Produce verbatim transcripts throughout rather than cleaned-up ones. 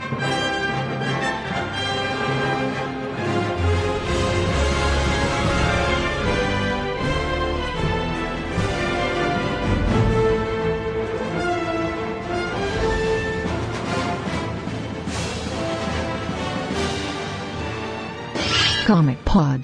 Comic Pod.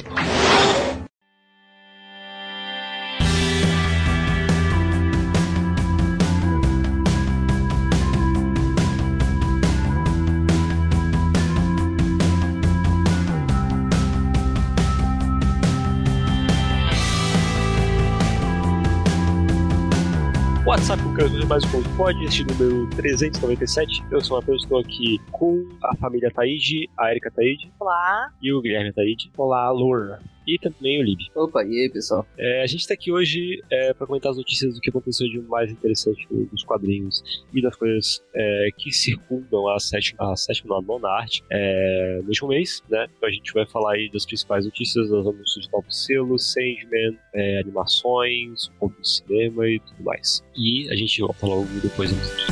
WhatsApp, com o mais um Comic Pod, este número trezentos e noventa e sete. Eu sou o Matheus, estou aqui com a família Taíde, a Erika Taíde. Olá. E o Guilherme Taíde. Olá, Loura. E também o Lib. Opa, e aí, pessoal? É, a gente está aqui hoje é, para comentar as notícias do que aconteceu de mais interessante dos quadrinhos e das coisas é, que circundam a sétima, a sétima não, a nona arte é, no último mês, né? Então a gente vai falar aí das principais notícias, dos anúncios de novos selos, Sandman, é, animações, um pouco de cinema e tudo mais. E a gente vai falar logo depois disso.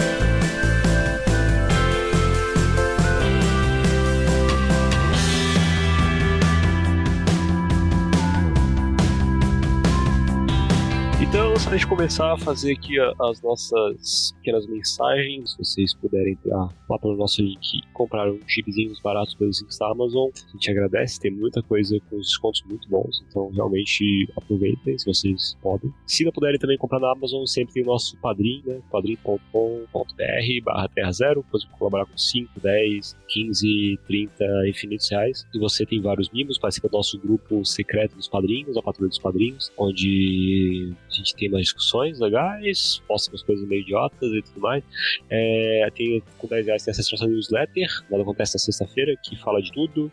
Então, se a gente começar a fazer aqui as nossas pequenas mensagens, se vocês puderem entrar lá pelo nosso link e comprar uns chipzinhos baratos pelos links da Amazon, a gente agradece, tem muita coisa com descontos muito bons, então realmente aproveitem se vocês podem. Se não puderem também comprar na Amazon, sempre tem o nosso Padrim, né? padrim ponto com ponto b r barra terra zero, pode colaborar com cinco, dez, quinze, trinta, infinitos reais. E você tem vários mimos, participa do nosso grupo secreto dos padrinhos, a Patrulha dos Padrinhos, onde a gente tem umas discussões legais, posta umas coisas meio idiotas e tudo mais. É, tem, com dez reais tem acesso à nossa newsletter, nada acontece na sexta-feira, que fala de tudo,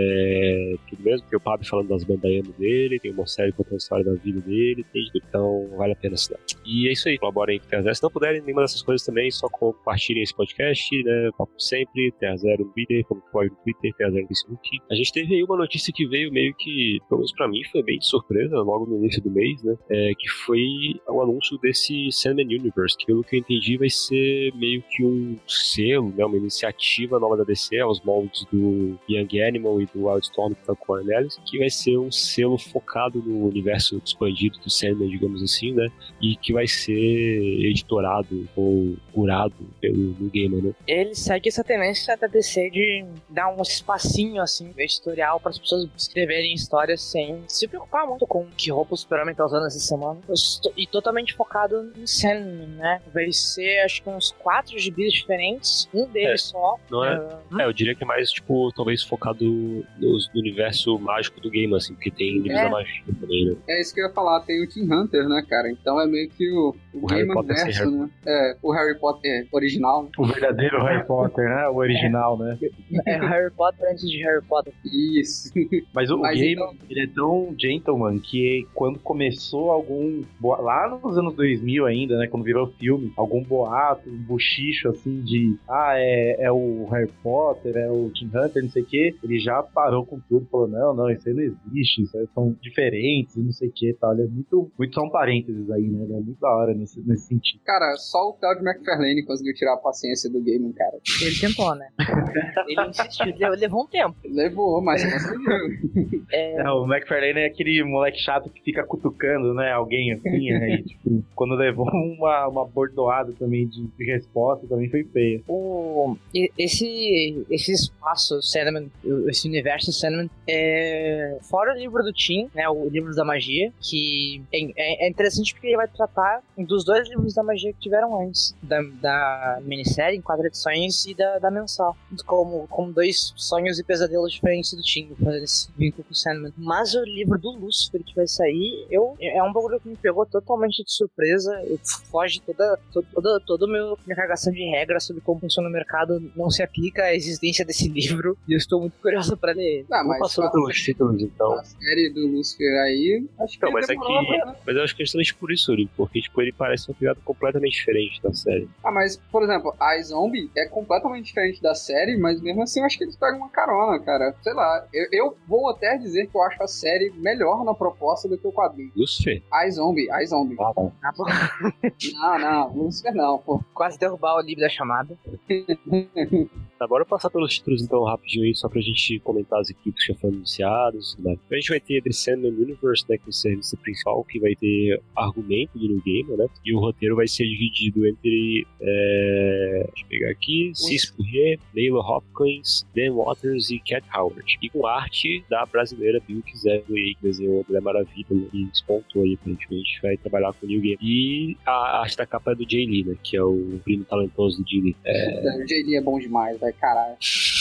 é tudo mesmo. Tem o Pab falando das bandaianas dele, tem uma série contando a história da vida dele, tem de tudo. Então vale a pena assinar. E é isso aí, colaborem com o Terra Zero. Se não puderem nenhuma dessas coisas também, só compartilhem esse podcast, né? Papo sempre, Terra Zero no Twitter, como pode no Twitter, Terra Zero no Facebook. A gente teve aí uma notícia que veio meio que, pelo menos pra mim, foi bem de surpresa, logo no início do mês, né? É, que foi o anúncio desse Sandman Universe, que pelo que eu entendi vai ser meio que um selo, né, uma iniciativa nova da D C, aos moldes do Young Animal e do Wildstorm que tá com a Cornelius, que vai ser um selo focado no universo expandido do Sandman, digamos assim, né, e que vai ser editorado ou curado pelo New Gaiman, né. Ele segue essa tendência da D C de dar um espacinho, assim, editorial para as pessoas escreverem histórias sem se preocupar muito com que roupa o Superman tá usando essa semana. E totalmente focado em Sandman, né? Vai ser, acho que uns quatro gibis diferentes, um deles é, só. Não é? Uh, é, eu diria que é mais, tipo, talvez focado no, no universo mágico do game, assim, porque tem livros é. da magia também, né? É isso que eu ia falar, tem o Tim Hunter, né, cara? Então é meio que o, o, o Harry Potter verso, Harry... né? É, o Harry Potter original. Né? O verdadeiro Harry Potter, né? O original, né? É Harry Potter antes de Harry Potter. Isso. Mas o Mas game, então... ele é tão gentleman que quando começou algum... Lá nos anos dois mil ainda, né? Quando virou filme, algum boato, um bochicho, assim, de... Ah, é, é o Harry Potter, é o Tim Hunter, não sei o quê. Ele já parou com tudo, falou, não, não, isso aí não existe, isso aí são diferentes, não sei o quê, tal. Ele é muito... Muito são parênteses aí, né? Ele é muito da hora nesse, nesse sentido. Cara, só o Todd McFarlane conseguiu tirar a paciência do game, cara. Ele tentou, né? Ele insistiu, levou um tempo. Levou, mas conseguiu. É... Não, o McFarlane é aquele moleque chato que fica cutucando, né? Alguém assim, aí, tipo, quando levou uma, uma bordoada também de, de resposta, também foi feia. O, esse, esse espaço Sandman, esse universo Sandman, é, fora o livro do Tim, né? O livro da magia, que é, é interessante porque ele vai tratar dos dois livros da magia que tiveram antes, da, da minissérie em quatro edições e da, da mensal, como, como dois sonhos e pesadelos diferentes do Tim, fazendo esse vínculo com o Sandman. Mas o livro do Lucifer que vai sair, eu, é um bagulho que me pegou totalmente de surpresa, eu, foge toda, toda, toda a minha carregação de regras sobre como funciona o mercado, não se aplica à existência desse livro, e eu estou muito curioso pra ler ele. Ah, mas passando pelos títulos, então. A série do Lucifer aí, acho que não, mas é que, pra... mas eu acho que é justamente por isso, Uri, porque tipo, ele parece uma pegada completamente diferente da série. Ah, mas, por exemplo, a Zombie é completamente diferente da série, mas mesmo assim eu acho que eles pegam uma carona, cara. Sei lá, eu, eu vou até dizer que eu acho a série melhor na proposta do que o quadrinho. Lucifer? A Zombie, a Zombie. iZombie. Ah, tá. Ah, pô, Não, não, Lucifer não, pô. quase derrubar o livro da chamada. Tá, bora passar pelos títulos então rapidinho aí, só pra gente comentar as equipes que já foram anunciadas, né? A gente vai ter The Sandman Universe, né, que é o serviço principal, que vai ter argumento do New Game, né? E o roteiro vai ser dividido entre, é... deixa eu pegar aqui, Cis Purrier, Leila Hopkins, Dan Waters e Cat Howard. E com arte da brasileira Bill Kizero aí, que desenhou a Mulher Maravilha e despontou aí, aparentemente, vai trabalhar com o New Game. E a arte da capa é do Jay Lee, né, que é o primo talentoso do Jay Lee. É... O Jay Lee é bom demais, velho, caralho.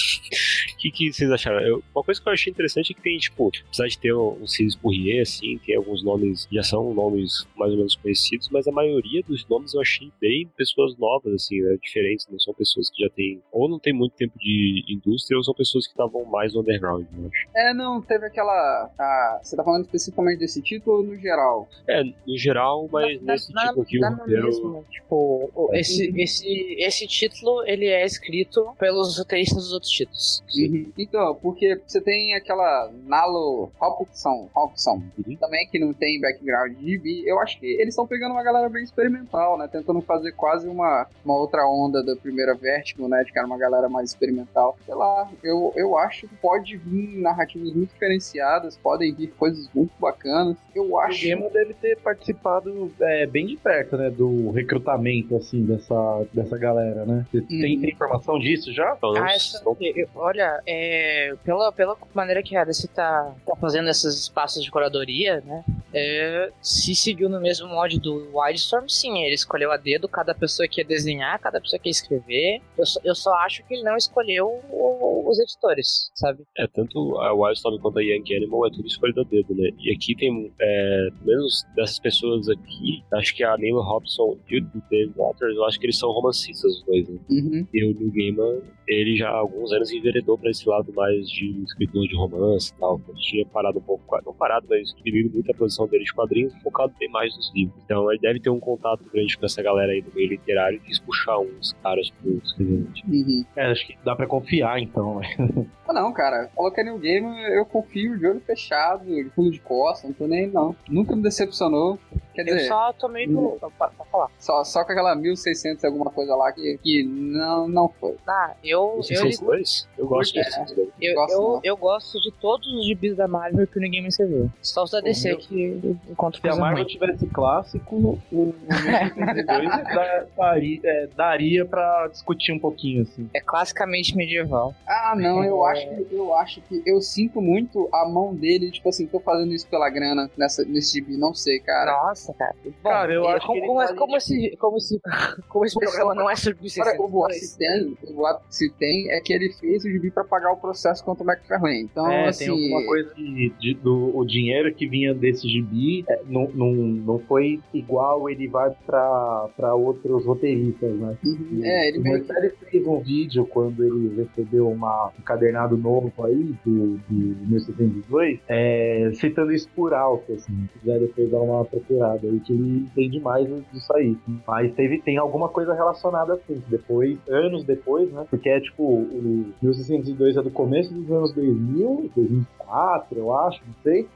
O que, que vocês acharam? Eu, uma coisa que eu achei interessante é que tem, tipo, apesar de ter um, um Cis Purrier, assim, tem alguns nomes, já são nomes mais ou menos conhecidos, mas a maioria dos nomes eu achei bem pessoas novas, assim, né, diferentes, não são pessoas que já têm, ou não tem muito tempo de indústria, ou são pessoas que estavam mais no underground, eu acho. É, não, teve aquela... A, você tá falando especificamente desse título ou no geral? É, no geral, mas Na- nesse na- tipo aqui, na o roteiro... mesma, tipo, o- esse, esse, esse título, ele é escrito pelos roteiristas dos outros títulos. Uhum. Então, porque você tem aquela Nalo Hopkins, Hopkins Uhum. também, que não tem background de G B. Eu acho que eles estão pegando uma galera bem experimental, né? Tentando fazer quase uma, uma outra onda da primeira Vertigo, né? De que era uma galera mais experimental. Sei lá, eu, eu acho que pode vir narrativas muito diferenciadas, podem vir coisas muito bacanas. Eu O acho... Gemo deve ter participado é, bem de perto, né, do recrutamento, assim, dessa, dessa galera, né? Você tem, tem informação disso já? Então, não, Ah, essa, não- eu- olha, é, pela, pela maneira que a D C tá, tá fazendo esses espaços de curadoria, né? É, se seguiu no mesmo molde do Wildstorm, sim. Ele escolheu a dedo cada pessoa que ia desenhar, cada pessoa que ia escrever. Eu só, eu só acho que ele não escolheu o- os editores, sabe? É, tanto a Wildstorm quanto a Young Animal é tudo escolha do dedo, né? E aqui tem, é, pelo menos dessas pessoas aqui, acho que a Neil Hobson e o Dave Waters, eu acho que eles são romancistas os dois, né? Uhum. E o Neil Gaiman, ele já há alguns anos enveredou pra esse lado mais de escritor de romance e tal. Ele tinha parado um pouco, não parado, mas diminuído muito a produção dele de quadrinhos e focado bem mais nos livros. Então ele deve ter um contato grande com essa galera aí do meio literário e quis puxar uns caras pro escrevente. Uhum. É, acho que dá pra confiar, então, né? Ah, não, cara. Falou que é New Game, eu confio de olho fechado, de pulo de costa, não tô nem não. Nunca me decepcionou. Quer Eu dizer, só tomei do. Pra, pra falar. só, só com aquela mil e seiscentos e alguma coisa lá que, que não, não foi. Ah, eu. Esse Eu, seis ligo- dois? Eu gosto É. desses dois. eu, gosto eu, não. eu gosto de todos os gibis da Marvel que o Ninguém me escreveu. Só os da D C meu- que eu encontro Se a coisa Marvel ruim. tivesse clássico, o mil seiscentos e dois da- daria, é, daria pra discutir um pouquinho, assim. É classicamente medieval. Ah, não, eu acho que eu acho que eu sinto muito a mão dele, tipo assim, tô fazendo isso pela grana nessa, nesse gibi, não sei, cara. Nossa, cara. Bom, Cara, eu é, acho como, que ele como, tá é- ali, como esse, como esse, como esse programa não é sobre Agora, seiscentos o boato que se tem, o boato que se tem é que ele fez o gibi pra pagar o processo contra o McFarlane. Então, É, assim, tem alguma coisa de, de- do o dinheiro que vinha desse gibi é, não, não, não foi igual ele vai pra, pra outros roteiristas, né? uhum, é, ele o meio que Morcelli fez um vídeo quando ele recebeu uma, um cadernado novo aí do, do mil seiscentos e dois, é, citando isso por alto, assim. Se quiser depois dar uma procurada aí, que ele entende mais disso aí. Mas teve, tem alguma coisa relacionada assim, depois, anos depois, né? Porque é tipo, o mil seiscentos e dois é do começo dos anos dois mil, dois mil e quatro, eu acho, não sei.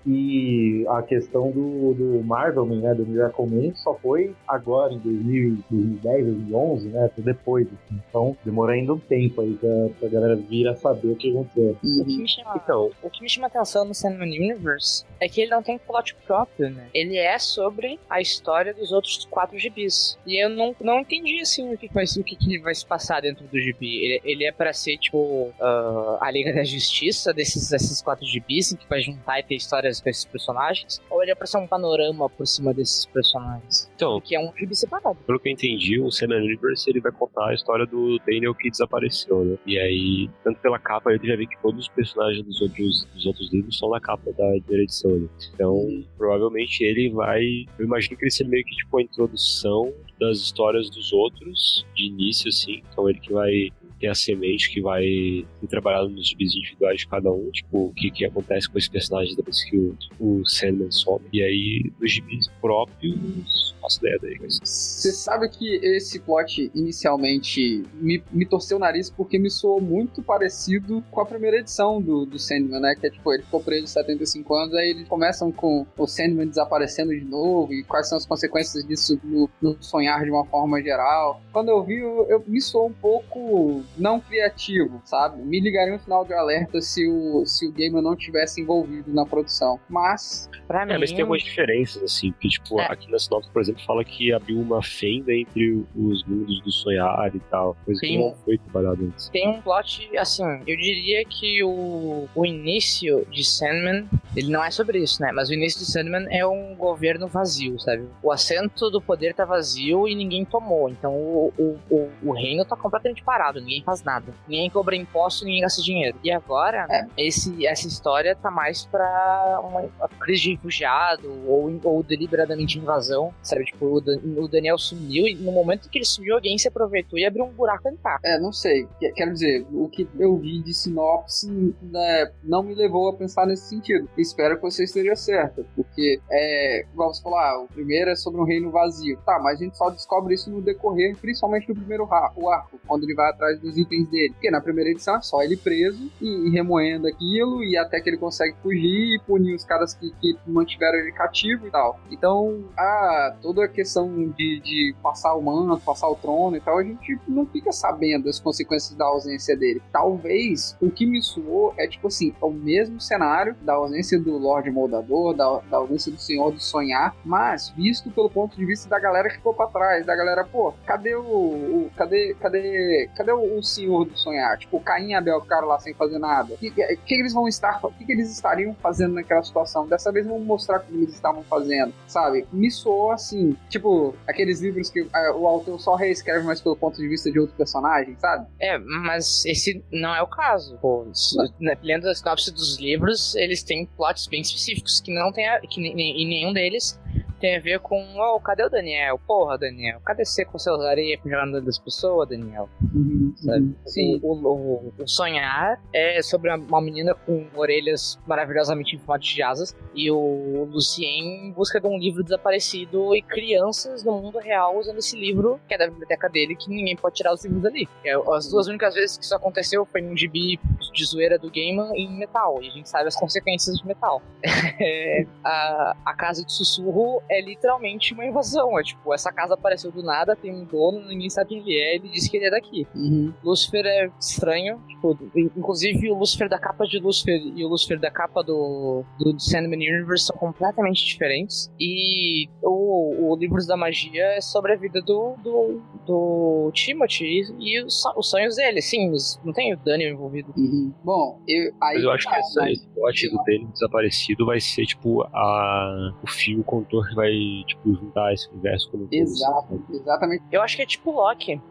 E a questão do, do Marvelman, né? Do Miracle Man, só foi agora, em dois mil, dois mil e dez, dois mil e onze, né? Foi depois. Assim. Então, demorou ainda um tempo aí pra, pra galera vir a saber o que aconteceu. O que uhum. me chama, Então, o que me chama atenção no Sandman Universe é que ele não tem plot próprio, né? Ele é sobre a história dos outros quatro gibis. E eu não, não entendi, assim, o que, que vai, o que, que vai se passar dentro do gibi. Ele, ele é pra ser, tipo, ah, a Liga da Justiça desses, desses quatro gibis, que vai juntar e ter histórias com esses personagens? Ou ele é pra ser um panorama por cima desses personagens? então, Que é um gibi separado. pelo que eu entendi, o Sandman Universe ele vai contar a história do Daniel que desapareceu, né? E aí, tanto pela capa, ele já vê que todos os personagens dos outros, dos outros livros são na capa da primeira edição, né? Então, provavelmente ele vai... Eu imagino que ele seja meio que tipo a introdução das histórias dos outros, de início, assim. Então ele que vai tem a semente que vai ser trabalhada nos gibis individuais de cada um, tipo, o que, que acontece com esses personagens depois que o, o Sandman some. E aí, nos gibis próprios, faço ideia daí. Você sabe que esse plot inicialmente me, me torceu o nariz porque me soou muito parecido com a primeira edição do, do Sandman, né? Que é tipo, ele ficou preso setenta e cinco anos, aí eles começam com o Sandman desaparecendo de novo e quais são as consequências disso no, no sonhar de uma forma geral. Quando eu vi, eu, eu me soou um pouco não criativo, sabe? Me ligaria um sinal de alerta se o, se o Gaiman não tivesse envolvido na produção. Mas, pra mim... É, mas tem algumas diferenças, assim, porque, tipo, é. aqui na sinopse, por exemplo, fala que abriu uma fenda entre os mundos do sonhar e tal, coisa Tem que não foi trabalhada antes. Tem um plot, assim, eu diria que o, o início de Sandman, ele não é sobre isso, né? Mas o início de Sandman é um governo vazio, sabe? O assento do poder tá vazio e ninguém tomou. Então o, o, o, o reino tá completamente parado, ninguém faz nada. Ninguém cobra imposto, ninguém gasta dinheiro. E agora, é. esse, essa história tá mais pra uma, uma crise de refugiado ou, ou deliberadamente invasão, sabe? Tipo, o, Dan, o Daniel sumiu e no momento que ele sumiu, alguém se aproveitou e abriu um buraco e entrar. É, não sei. Quero dizer, o que eu vi de sinopse, né, não me levou a pensar nesse sentido. Espero que você esteja certa, porque é, igual você falou, ah, o primeiro é sobre um reino vazio. Tá, mas a gente só descobre isso no decorrer, principalmente no primeiro o arco, quando ele vai atrás dos itens dele. Porque na primeira edição é só ele preso e, e remoendo aquilo, e até que ele consegue fugir e punir os caras que, que mantiveram ele cativo e tal. Então, ah, toda a questão de, de passar o manto, passar o trono e tal, a gente não fica sabendo as consequências da ausência dele. Talvez o que me soou é tipo assim, é o mesmo cenário da ausência do Lorde Moldador, da, da ausência do Senhor do Sonhar, mas visto pelo ponto de vista da galera que ficou pra trás, da galera, pô, cadê o, o cadê, cadê, cadê o, o Senhor do Sonhar? Tipo, Caim e Abel ficaram lá sem fazer nada. O que, que, que eles vão estar, o que, que eles estariam fazendo naquela situação? Dessa vez vão mostrar o que eles estavam fazendo, sabe? Me soou assim, tipo, aqueles livros que uh, o autor só reescreve, mas pelo ponto de vista de outro personagem, sabe? É, mas esse não é o caso. Pô, né, lendo a sinopse dos livros, eles têm plots bem específicos que não tem a, que em nenhum deles tem a ver com, oh, cadê o Daniel? Porra, Daniel, cadê você com seus areias pra jogar no dedo das pessoas, Daniel? Uhum, sabe? Uhum, sim. O, o, o Sonhar é sobre uma menina com orelhas maravilhosamente em formato de asas e o Lucien em busca de um livro desaparecido e crianças no mundo real usando esse livro, que é da biblioteca dele, que ninguém pode tirar os livros dali. As duas únicas vezes que isso aconteceu foi em um gibi de zoeira do Gaiman em metal, e a gente sabe as consequências de metal. É, a, a Casa de Sussurro é literalmente uma invasão. É tipo, essa casa apareceu do nada, tem um dono, ninguém sabe quem ele é, ele disse que ele é daqui. Uhum. Lúcifer é estranho, tipo, inclusive o Lúcifer da capa de Lúcifer e o Lúcifer da capa do, do Sandman Universe são completamente diferentes. E o, o Livros da Magia é sobre a vida do, do, do Timothy e, e os, os sonhos dele. Sim, mas não tem o Daniel envolvido. Uhum. Bom, eu, aí, mas eu acho tá, que essa, mas... esse plot do dele desaparecido vai ser tipo a, o fio condutor que vai tipo, juntar esse universo com o Exato, todo, exatamente. Eu acho que é tipo Loki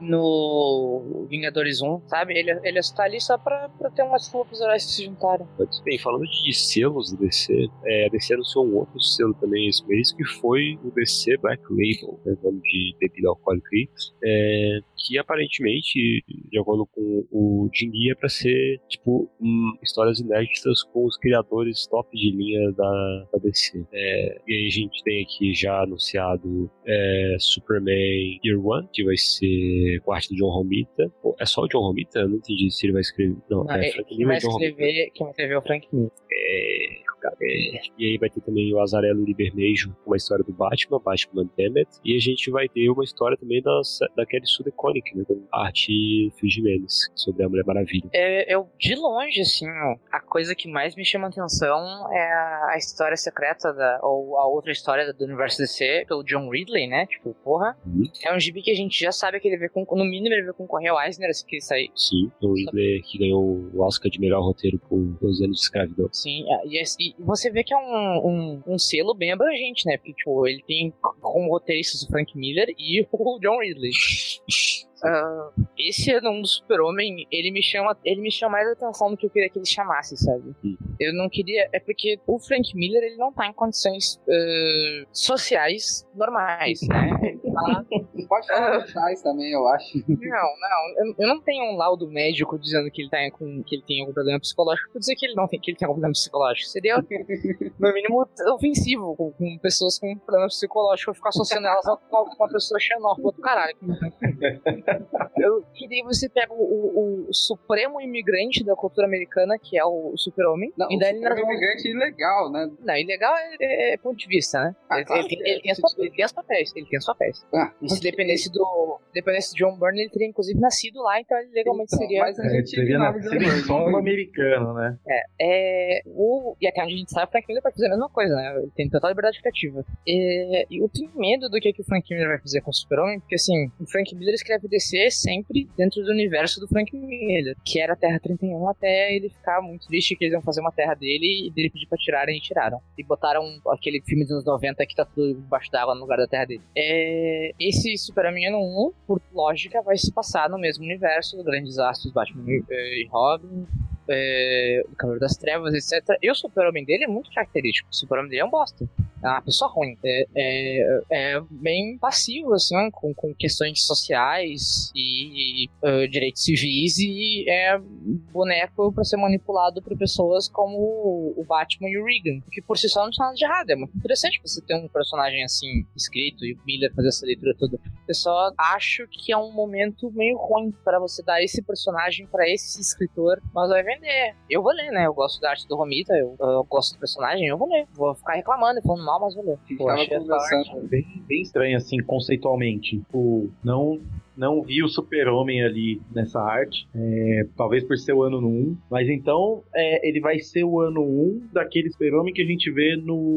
no Vingadores um, sabe? Ele, ele está ali só pra, pra ter umas flores heróis que se juntaram. Bem, falando de selos do D C, é, a D C anunciou um outro selo também esse mês, que foi o D C Black Label, né, nome de bebida alcoólica, é, que aparentemente, de acordo com o Jim Lee, é pra ser tipo um, histórias inéditas com os criadores top de linha da, da D C. É, e aí a gente tem aqui já anunciado é, Superman Year One, que vai ser com a arte do John Romita. Pô, é só o John Romita? Eu não entendi se ele vai escrever. Não, não é, é, Frank quem vai Miller e John Romita. Quem vai escrever é o Frank Miller. É, é. E aí vai ter também o Azarello Libermejo com uma história do Batman, Batman Undead. E a gente vai ter uma história também da, da Kelly Sue DeConnick, né, com arte Phil Jimenez, sobre a Mulher Maravilha. É, eu, de longe, assim, a coisa que mais me chama a atenção é a, a história secreta, da, ou a outra história do universo D C, pelo John Ridley, né? Tipo, porra. Uhum. É um gibi que a gente já sabe que ele vai, no mínimo, ele vai concorrer ao Eisner, assim que ele sair. Sim, John Ridley que ganhou o Oscar de melhor roteiro por doze anos de escravidão. Sim, e, e você vê que é um, um, um selo bem abrangente, né? Porque, tipo, ele tem como roteiristas o Frank Miller e o John Ridley. Uh, esse ano do Super-Homem, ele me chama ele me chama mais atenção do que eu queria que ele chamasse, sabe? Hum. Eu não queria, é porque o Frank Miller, ele não tá em condições uh, sociais normais, né? Ele tá pode falar do Chaz também, eu acho. Não, não, eu, eu não tenho um laudo médico dizendo que ele, tá com, que ele tem algum problema psicológico pra dizer que ele não tem, que ele tem algum problema psicológico. Seria, no mínimo, ofensivo com, com pessoas com problema psicológico, eu ficar associando elas com uma pessoa xenófoba do caralho. Eu, e daí você pega o, o, o supremo imigrante da cultura americana, que é o, o super-homem. Não, e o daí supremo imigrante é ilegal, né? Não, ilegal é, é, é ponto de vista, né? Ah, ele, claro ele, que ele, é. ele, tem as, ele tem as papéis, ele tem os papéis. Ah, e se dependesse do, dependesse de John Byrne, ele teria inclusive nascido lá, então ele legalmente então, seria... Mas a É, gente seria ignora o na John Byrne. solo americano, né? É, é o, e até onde a gente sabe, o Frank Miller pode fazer a mesma coisa, né? Ele tem total liberdade criativa. E, e eu tenho medo do que, que o Frank Miller vai fazer com o Super-Homem, porque assim, o Frank Miller escreve D C sempre dentro do universo do Frank Miller, que era a Terra trinta e um, até ele ficar muito triste que eles iam fazer uma Terra dele e dele pedir pra tirarem e tiraram. E botaram aquele filme dos anos noventa que tá tudo embaixo d'água no lugar da Terra dele. É, esse Super-Homem ano um, por lógica, vai se passar no mesmo universo do Grande Desastre, Batman e Robin, é, o Cavaleiro das Trevas, etcétera. E o Super-Homem dele é muito característico. O Super-Homem dele é um bosta. É uma pessoa ruim. É, é, é bem passivo, assim, com, com questões sociais e, e uh, direitos civis, e é boneco pra ser manipulado por pessoas como o Batman e o Regan, que por si só não tem nada de errado. É muito interessante você ter um personagem assim escrito e o Miller fazer essa leitura toda. Eu só acho que é um momento meio ruim pra você dar esse personagem pra esse escritor, mas vai vender. Eu vou ler, né? Eu gosto da arte do Romita, eu, eu gosto do personagem, eu vou ler. Vou ficar reclamando e falando mal, mas vou ler. A gente Pô, tava achei essa conversando. arte- Bem, bem estranho, assim, conceitualmente. Tipo, não, não vi o Super-Homem ali nessa arte. É, talvez por ser o ano um. Mas então, é, ele vai ser o ano um daquele Super-Homem que a gente vê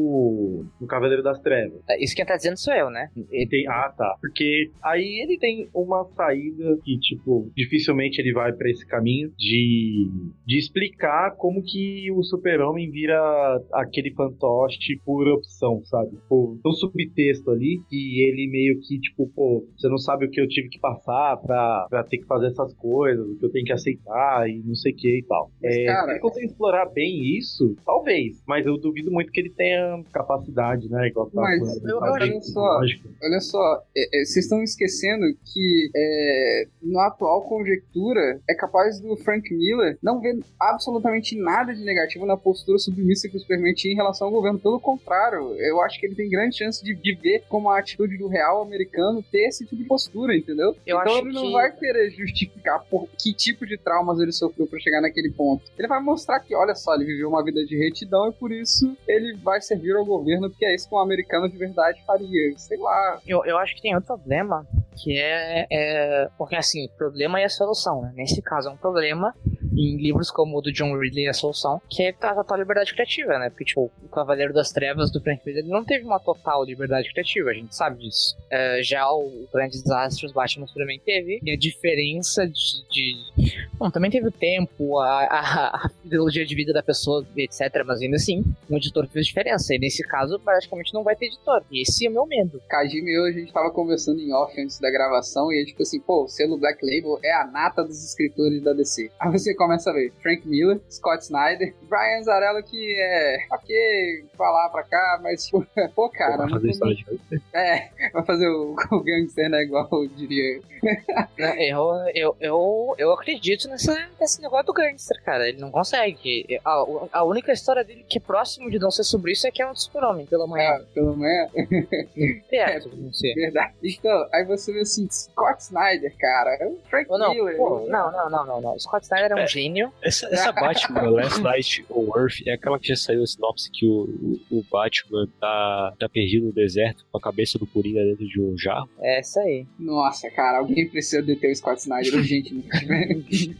no, no Cavaleiro das Trevas. Isso quem tá dizendo sou eu, né? Ele tem, ah, tá. Porque aí ele tem uma saída que, tipo, dificilmente ele vai pra esse caminho de, de explicar como que o Super-Homem vira aquele fantoche por opção, sabe? Tipo, tem um subtexto ali que ele meio que, tipo, pô, você não sabe o que eu tive que passar pra, pra ter que fazer essas coisas, o que eu tenho que aceitar e não sei o que e tal. Mas, É, cara, se ele conseguir explorar bem isso, talvez. Mas eu duvido muito que ele tenha capacidade, né? Igual você tava Mas falando, eu- sabe? olha só, Lógico. Olha só, é, é, vocês estão esquecendo que é, na atual conjectura é capaz do Frank Miller não ver absolutamente nada de negativo na postura submissa que o Superman tinha em relação ao governo. Pelo contrário, eu acho que ele tem grande chance de, de ver como a atitude do real americano ter esse tipo de postura, entendeu? Eu então acho ele não que- vai querer justificar por que tipo de traumas ele sofreu pra chegar naquele ponto. Ele vai mostrar que, olha só, ele viveu uma vida de retidão e por isso ele vai servir ao governo, porque é isso que um americano de verdade faria. Sei lá. Eu, eu acho que tem outro problema, que é, é... Porque, assim, o problema é a solução, né? Nesse caso é um problema, em livros como o do John Ridley, a solução, que é a total liberdade criativa, né? Porque, tipo, o Cavaleiro das Trevas do Frank Miller, ele não teve uma total liberdade criativa, a gente sabe disso. É, já o Grande Desastre, os Batman também teve, e a diferença de... de... Bom, também teve o tempo, a, a, a ideologia de vida da pessoa, etcétera, mas ainda assim, um editor fez diferença, e nesse caso, praticamente não vai ter editor, e esse é o meu medo. Kajima e eu, a gente tava conversando em off antes da gravação e ele tipo assim, pô, o selo Black Label é a nata dos escritores da D C. Aí você começa a ver Frank Miller, Scott Snyder, Brian Azzarello, que é ok, falar pra cá, mas tipo, pô, cara, Vai não fazer tem- história de gangster. é, vai fazer o, o gangster, né, igual eu diria. Né, Eu, eu, eu, eu acredito nessa, nesse negócio do gangster, cara. Ele não consegue. A, a única história dele que é próximo de não ser sobre isso é que é um super-homem pela manhã. É, pelo menos Perto, não sei. verdade. Então, aí você vê assim, Scott Snyder, cara, é o Frank Ou não, Miller. pô, não, não, não, não, não. Scott Snyder é um É. gênio. Essa, essa Batman, Last Night on Earth, é aquela que já saiu a sinopse que o, o, o Batman tá, tá perdido no deserto com a cabeça do Coringa dentro de um jarro. É essa aí. Nossa, cara, alguém precisa deter o Scott Snyder urgentemente.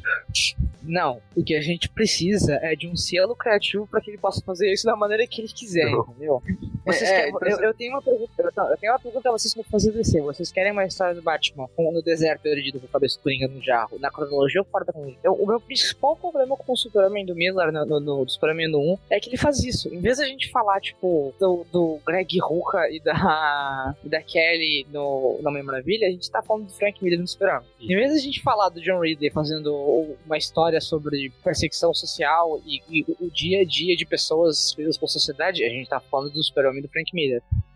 Não, o que a gente precisa é de um selo criativo pra que ele possa fazer isso da maneira que ele quiser, Não. entendeu? Vocês É, querem- então eu, eu tenho uma pergunta, eu tenho- eu tenho uma pergunta a vocês pra fazer D C. Vocês querem uma história do Batman com- no deserto perdido com a cabeça do Coringa no jarro, na cronologia ou fora da cronologia? Eu- o meu principal problema com o Superman do Miller, no, no, no do Superman no um, é que ele faz isso. Em vez da gente falar, tipo, do, do Greg Rucka e da, e da Kelly no no Homem Maravilha, a gente tá falando do Frank Miller no Superman. Em vez da gente falar do John Ridley fazendo uma história sobre perseguição social e, e o dia a dia de pessoas feitas por sociedade, a gente tá falando do Super-Homem do Frank Miller.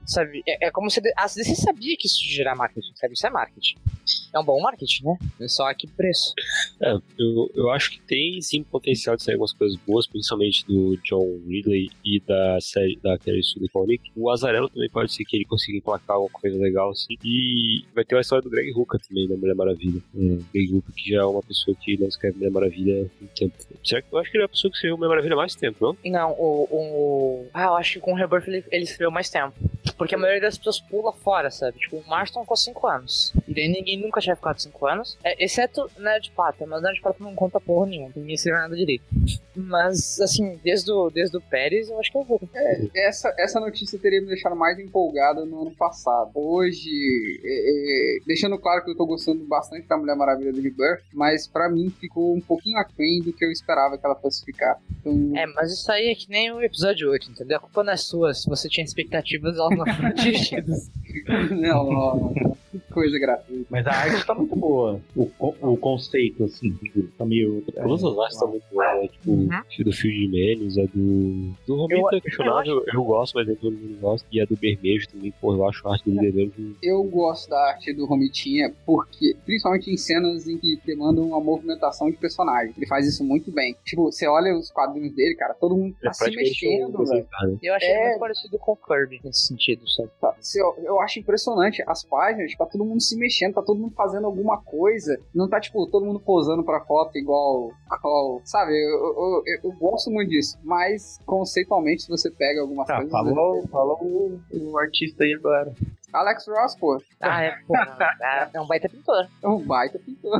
sabe? É, é como se a D C sabia que isso ia gerar marketing, sabe? Isso é marketing. É um bom marketing, né? Só a que preço. É, eu, eu acho que tem sim potencial de sair algumas coisas boas, principalmente do John Ridley e da série da Terry Sue Comic. O Azarello também pode ser que ele consiga emplacar alguma coisa legal assim. E vai ter a história do Greg Rucka também, da Mulher Maravilha. É, Greg Rucka, que já é uma pessoa que não escreve Mulher Maravilha há muito tempo. Será que eu acho que ele é a pessoa que escreveu Mulher Maravilha há mais tempo, não? Não, o, o... Ah, eu acho que com o Rebirth ele, ele escreveu mais tempo. Porque a maioria das pessoas pula fora, sabe? Tipo, o Marston ficou cinco anos. E daí ninguém nunca tinha ficado cinco anos. É, exceto Nerd Pata, mas Nerd Pata não conta porra nenhuma. Ninguém escreveu nada direito. Mas, assim, desde o, desde o Pérez, eu acho que eu vou. É, essa, essa notícia teria me deixado mais empolgado no ano passado. Hoje, é, é, deixando claro que eu tô gostando bastante da Mulher Maravilha do Rebirth, mas pra mim ficou um pouquinho aquém do que eu esperava que ela fosse ficar. Então... É, mas isso aí é que nem o episódio oito, entendeu? A culpa não é sua. Se você tinha expectativas, elas não foram atingidas. Não, não, não. Que coisa gratuita. Mas a arte tá muito boa. O, o conceito, assim, tá meio... Todas as artes estão muito boas, né? Tipo, Uhum. a do Phil Jimenez, a do... Do Romita é questionável, eu, eu gosto, mas nem todo mundo gosta. E a do Bermejo também, pô, eu acho a arte do desenho... Eu gosto da arte do Romitinha, porque, principalmente em cenas em que demandam uma movimentação de personagem. Ele faz isso muito bem. Tipo, você olha os quadrinhos dele, cara, todo mundo tá É se mexendo, um velho. né? Eu achei É. muito parecido com o Kirby nesse sentido, sabe? Tá, se eu, eu acho impressionante. As páginas, tá todo mundo se mexendo, tá todo mundo fazendo alguma coisa. Não tá, tipo, todo mundo posando pra foto igual... igual sabe? Eu, eu, eu, eu gosto muito disso. Mas, conceitualmente, se você pega algumas Ah, coisas... falou, falou o, o artista aí agora. Alex Ross, pô, Ah, é, pô, é um baita pintor. é um baita pintor.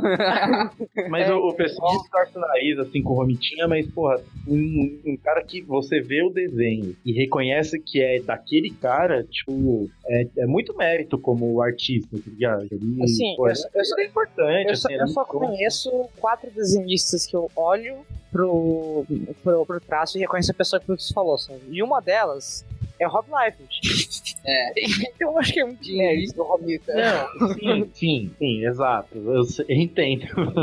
Mas É, o, o pessoal torce o nariz, assim, com o Romitinha, mas, porra, um, um cara que você vê o desenho e reconhece que é daquele cara, tipo, é, é muito mérito como artista, tá ligado? Ele, Assim, pô, eu- isso eu- é importante, Eu só, assim, é eu só muito bom. conheço quatro desenhistas que eu olho pro, pro, pro traço e reconheço a pessoa que você falou, sabe? E uma delas é o Rob Liefeld. É. Então eu acho que é muito mérito do Romita. Não, sim, sim, sim, exato. Eu, sei- eu entendo.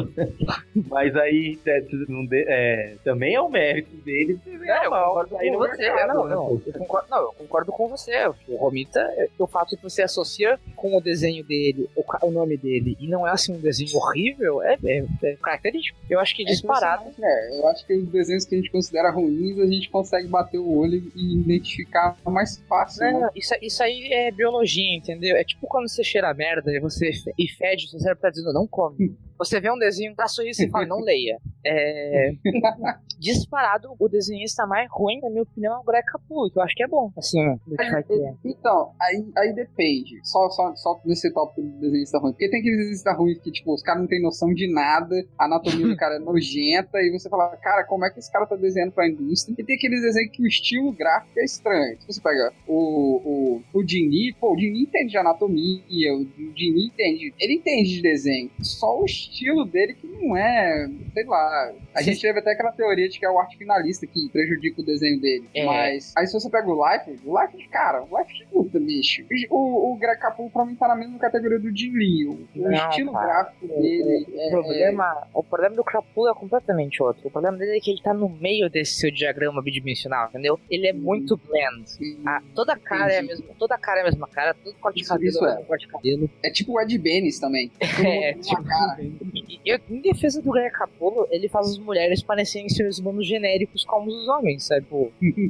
Mas aí é, não de- é, também é o mérito dele desenhar É, eu mal. concordo Aí com no você. mercado, Não, né, não, pô? eu concordo, não, eu concordo com você. O Romita, é, o fato que você associa com o desenho dele, o, ca- o nome dele, e não é assim um desenho horrível, é, é, é característico. Eu acho que disparado. É, eu acho que os desenhos que a gente considera ruins, a gente consegue bater o olho e identificar mais fácil, né? Não, isso, isso aí é biologia, entendeu? É tipo quando você cheira a merda e você fe- e fede, o seu cérebro tá dizendo não come. Você vê um desenho, traço isso e fala, não leia. É... Disparado, o desenhista mais ruim, na minha opinião, é o Greg Capullo, que eu acho que é bom, assim, do que vai ter. Então, aí, aí depende. Só, só, só nesse tópico do desenhista ruim. Porque tem aqueles desenhistas ruins que, tipo, os caras não têm noção de nada, a anatomia do cara é nojenta, e você fala, cara, como é que esse cara tá desenhando pra indústria? E tem aqueles desenhos que o estilo gráfico é estranho. Você pega o, o, o Dini, pô, o Dini entende de anatomia, o Dini entende, ele entende de desenho. Só o estilo dele que não é, sei lá. A gente teve até aquela teoria de que é o arte finalista que prejudica o desenho dele. É. Mas, aí se você pega o Life, o Life, cara, o Life de luta, bicho. O, o Greg Capullo pra mim tá na mesma categoria do Jim Lee. O, o Não, estilo cara. gráfico dele O é, problema, o problema do Capullo é completamente outro. O problema dele é que ele tá no meio desse seu diagrama bidimensional, entendeu? Ele é muito blend. é, Ah, toda a cara é a mesma, toda a cara é a mesma cara, todo corte de Isso- cabelo isso é o é. mesmo corte de cabelo. é tipo o Ed Benes também. Todo É, mundo com tipo, uma cara. e- e eu- em defesa do Greg Capullo, ele faz as mulheres parecerem seres humanos genéricos como os homens, sabe? Pô,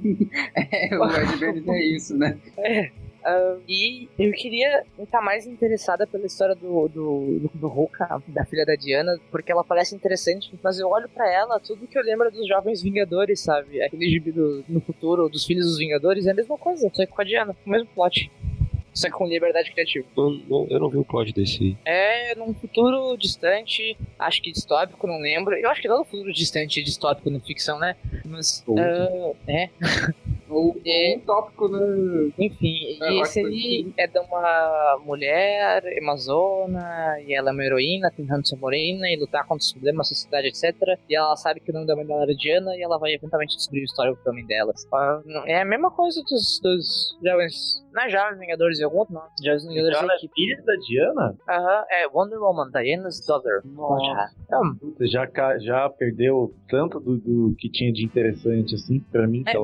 É, o Ed Benes é isso, né? é. Ah, e eu queria estar mais interessada pela história do, do, do, do Ruka, da filha da Diana, porque ela parece interessante, mas eu olho pra ela, tudo que eu lembro dos Jovens Vingadores, sabe? Aquele gibi do, no futuro, dos Filhos dos Vingadores, é a mesma coisa, só que com a Diana, o mesmo plot. Só que com liberdade criativa. Eu não, eu não vi o plot desse. É num futuro distante, acho que distópico, não lembro. Eu acho que todo futuro distante é distópico na ficção, né? Mas, Ou- ah, é, Ou É. um tópico, né? enfim. É, E eu esse acho aí que- é de uma mulher amazona, e ela é uma heroína, tentando ser morena e lutar contra os problemas da sociedade, etcétera. E ela sabe que o nome da mãe dela era Diana, e ela vai eventualmente descobrir o histórico do nome delas. Ah, não- É a mesma coisa dos, dos jovens. Não é Jovens Vingadores, é algum outro nome. Jovens Vingadores Então é ela é equipe. filha da Diana? Aham, é Wonder Woman, Diana's daughter. Nossa. Então, Puta, já, ca- já perdeu tanto do, do que tinha de interessante, assim, pra mim, É, pelo bom, menos.